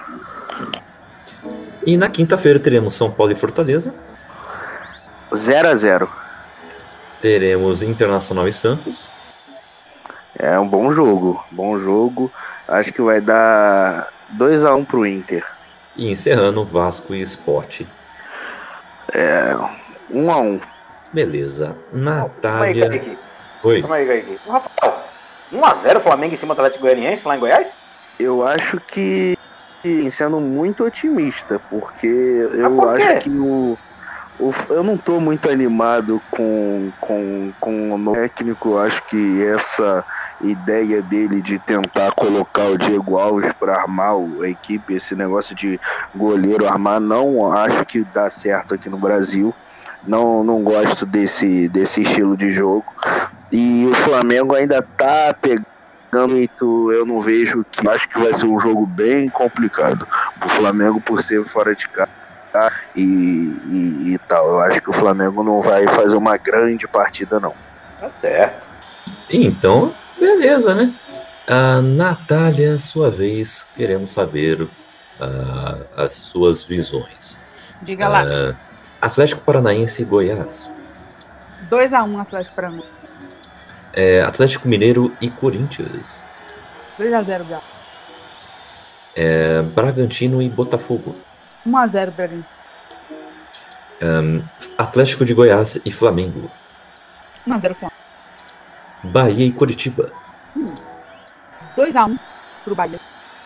E na quinta-feira teremos São Paulo e Fortaleza. zero a zero. Teremos Internacional e Santos. É um bom jogo. Bom jogo. Acho que vai dar dois a um pro Inter. E encerrando Vasco e Sport. É. um a um. Beleza. Calma aí, Natália. Kaique. Oi. Calma aí, Kaique. Ô, Rafael, um a zero Flamengo em cima do Atlético Goianiense lá em Goiás? Eu acho que sendo muito otimista, porque eu por quê? acho que o, o eu não tô muito animado com, com, com o novo técnico. Eu acho que essa ideia dele de tentar colocar o Diego Alves para armar a equipe, esse negócio de goleiro armar, não acho que dá certo aqui no Brasil. Não, não gosto desse, desse estilo de jogo. E o Flamengo ainda tá pegando. Eu não vejo que. Acho que vai ser um jogo bem complicado pro Flamengo por ser fora de casa e, e, e tal. Eu acho que o Flamengo não vai fazer uma grande partida, não. Tá certo. Então, beleza, né? A Natália, sua vez, queremos saber ah, as suas visões. Diga lá. Ah, Atlético Paranaense e Goiás. dois a um Atlético Paranaense. É, Atlético Mineiro e Corinthians. dois a zero Galo. É, Bragantino e Botafogo. um a zero Bragantino. Um, Atlético de Goiás e Flamengo. um a zero Flamengo. Bahia e Curitiba. dois a um pro Bahia.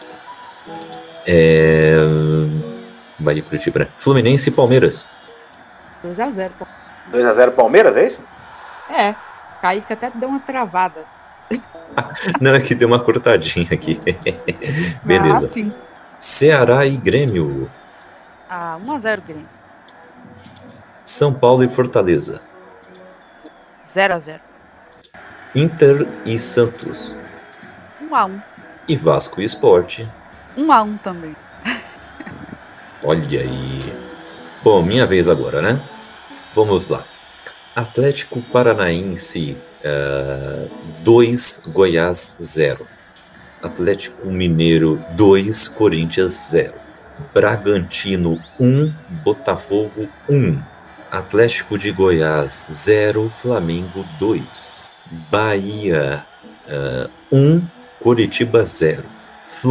É, Bahia e Curitiba, né? Fluminense e Palmeiras. dois a zero dois a zero Palmeiras, é isso? É. Kaique até deu uma travada. Não, é que deu uma cortadinha aqui. Beleza. Ah, sim. Ceará e Grêmio. Ah, um a zero Grêmio. São Paulo e Fortaleza. zero a zero. Inter e Santos. um a um. E Vasco e Sport. um a um também. Olha aí. Bom, minha vez agora, né? Vamos lá. Atlético Paranaense dois, Goiás zero. Atlético Mineiro dois, Corinthians zero. Bragantino um, Botafogo um. Atlético de Goiás zero, Flamengo dois. Bahia um, Coritiba zero.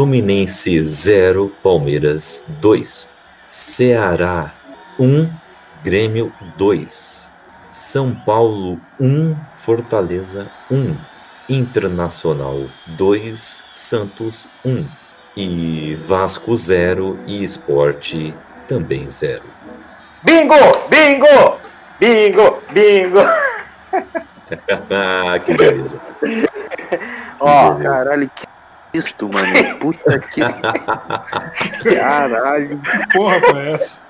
Fluminense zero, Palmeiras dois. Ceará um, Grêmio dois, São Paulo um, Fortaleza um, Internacional dois, Santos um e Vasco zero e Sport também zero. Bingo! Bingo! Bingo! Bingo! Que beleza. Ó, Caralho, que isso, mano. Puta que. Caralho. Que porra foi essa?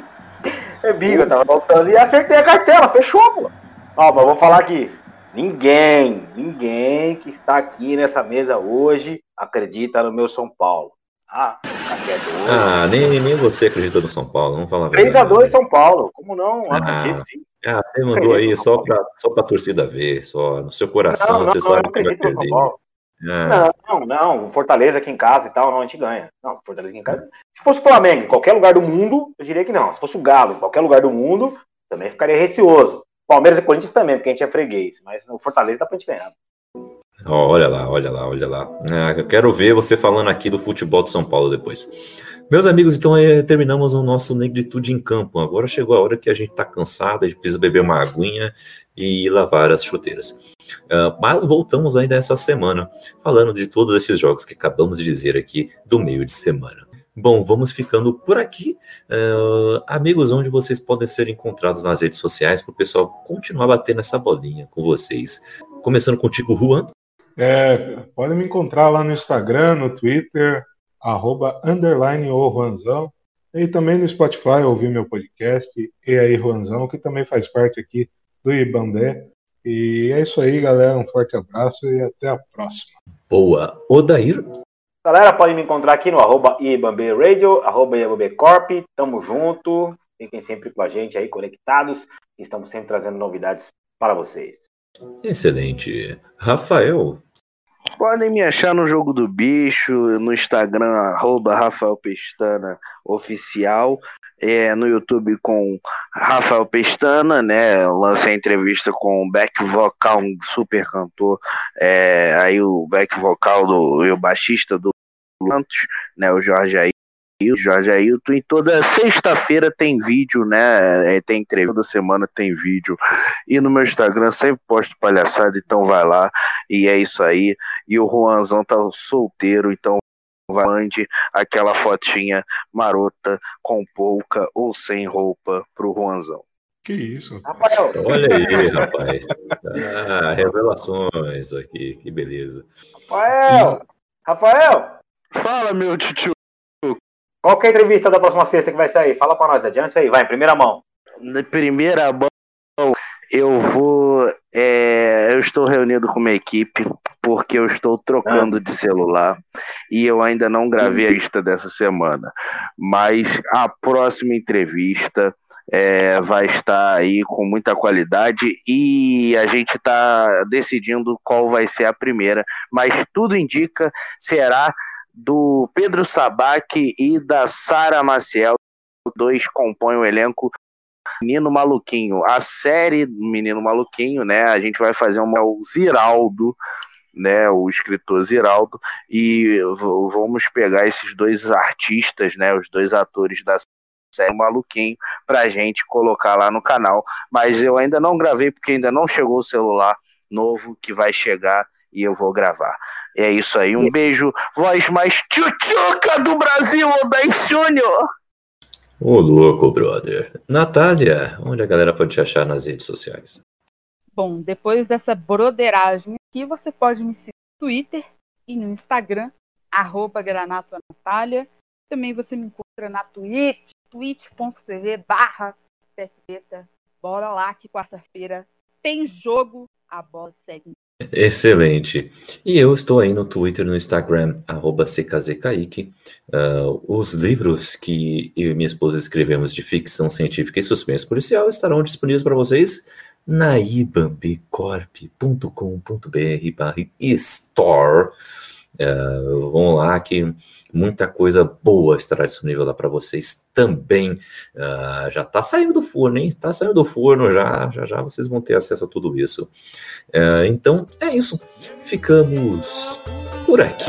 é bingo, eu tava voltando e acertei a cartela, fechou, pô. Ó, mas eu vou falar aqui. Ninguém, ninguém que está aqui nessa mesa hoje acredita no meu São Paulo. Ah, café dois. Ah, nem, nem você acredita no São Paulo, vamos falar a três a verdade. dois São Paulo, como não? Ah, Acredito, sim. Ah, você mandou aí só pra, só pra torcida ver, só no seu coração, Não, não, você não, sabe eu não que vai acredito no São perder. Paulo. Ah, Não, não, Fortaleza aqui em casa e tal, não, a gente ganha. Não, Fortaleza aqui em casa. Se fosse o Flamengo em qualquer lugar do mundo, eu diria que não. Se fosse o Galo em qualquer lugar do mundo, também ficaria receoso. Palmeiras e Corinthians também, porque a gente é freguês. Mas no Fortaleza dá pra gente ganhar. ó, olha lá, olha lá, olha lá. Ah, eu quero ver você falando aqui do futebol de São Paulo depois. Meus amigos, então é, terminamos o nosso Negritude em Campo. Agora chegou a hora que a gente tá cansado, a gente precisa beber uma aguinha e lavar as chuteiras. Uh, mas voltamos ainda essa semana, falando de todos esses jogos que acabamos de dizer aqui do meio de semana. Bom, vamos ficando por aqui. Uh, amigos, onde vocês podem ser encontrados nas redes sociais para o pessoal continuar batendo essa bolinha com vocês. Começando contigo, Juan. É, podem me encontrar lá no Instagram, no Twitter, arroba, underline o Juanzão, e também no Spotify, ouvir meu podcast, E aí Juanzão, que também faz parte aqui do Ibambé. E é isso aí, galera, um forte abraço e até a próxima. Boa. Odair. Galera, podem me encontrar aqui no arroba Ibambé Radio, arroba Ibambé Corp. Tamo junto. Fiquem sempre com a gente aí, conectados. Estamos sempre trazendo novidades para vocês. Excelente. Rafael. Podem me achar no Jogo do Bicho, no Instagram, arroba Rafael Pestana Oficial, é, no YouTube com Rafael Pestana, né? Lancei a entrevista com o back vocal, um super cantor, é, aí o back vocal do, e o baixista do Santos, né? O Jorge Ailton. Jorge Ailton, e toda sexta-feira tem vídeo, né? Tem entrevista, toda semana tem vídeo. E no meu Instagram sempre posto palhaçada, então vai lá. E é isso aí. E o Juanzão tá solteiro, então vai mande aquela fotinha marota com pouca ou sem roupa pro Juanzão. Que isso? Rafael. Olha aí, rapaz. Ah, revelações aqui, que beleza. Rafael! Rafael! Fala, meu tio. Qual que é a entrevista da próxima sexta que vai sair? Fala pra nós, adiante aí, vai, em primeira mão. Na primeira mão, eu vou. É, eu estou reunido com uma equipe, porque eu estou trocando ah. de celular e eu ainda não gravei a lista dessa semana. Mas a próxima entrevista é, vai estar aí com muita qualidade e a gente está decidindo qual vai ser a primeira. Mas tudo indica será do Pedro Sabac e da Sara Maciel. Os dois compõem o elenco Menino Maluquinho. A série Menino Maluquinho, né? A gente vai fazer uma, o Ziraldo, né? O escritor Ziraldo, e vamos pegar esses dois artistas, né? Os dois atores da série Maluquinho, pra gente colocar lá no canal. Mas eu ainda não gravei, porque ainda não chegou o celular novo que vai chegar e eu vou gravar. É isso aí, um beijo, voz mais tchutchuca do Brasil, Odair Júnior. Ô louco, brother. Natália, onde a galera pode te achar nas redes sociais? Bom, depois dessa broderagem aqui, você pode me seguir no Twitter e no Instagram, arroba Granata Natália. Também você me encontra na Twitch, twitch.tv barra Pepeta. Bora lá que quarta-feira tem jogo, a bola segue. Excelente. E eu estou aí no Twitter e no Instagram, arroba C K Z Kaique. Uh, os livros que eu e minha esposa escrevemos de ficção científica e suspense policial estarão disponíveis para vocês na ibambé corp ponto com ponto br barra store. Uh, vamos lá que muita coisa boa estará disponível lá para vocês também. Uh, já está saindo do forno, hein? Está saindo do forno já, já já vocês vão ter acesso a tudo isso. Uh, então é isso. Ficamos por aqui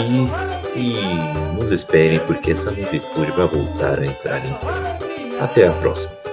e nos esperem porque essa negritude vai voltar a entrar em. Até a próxima.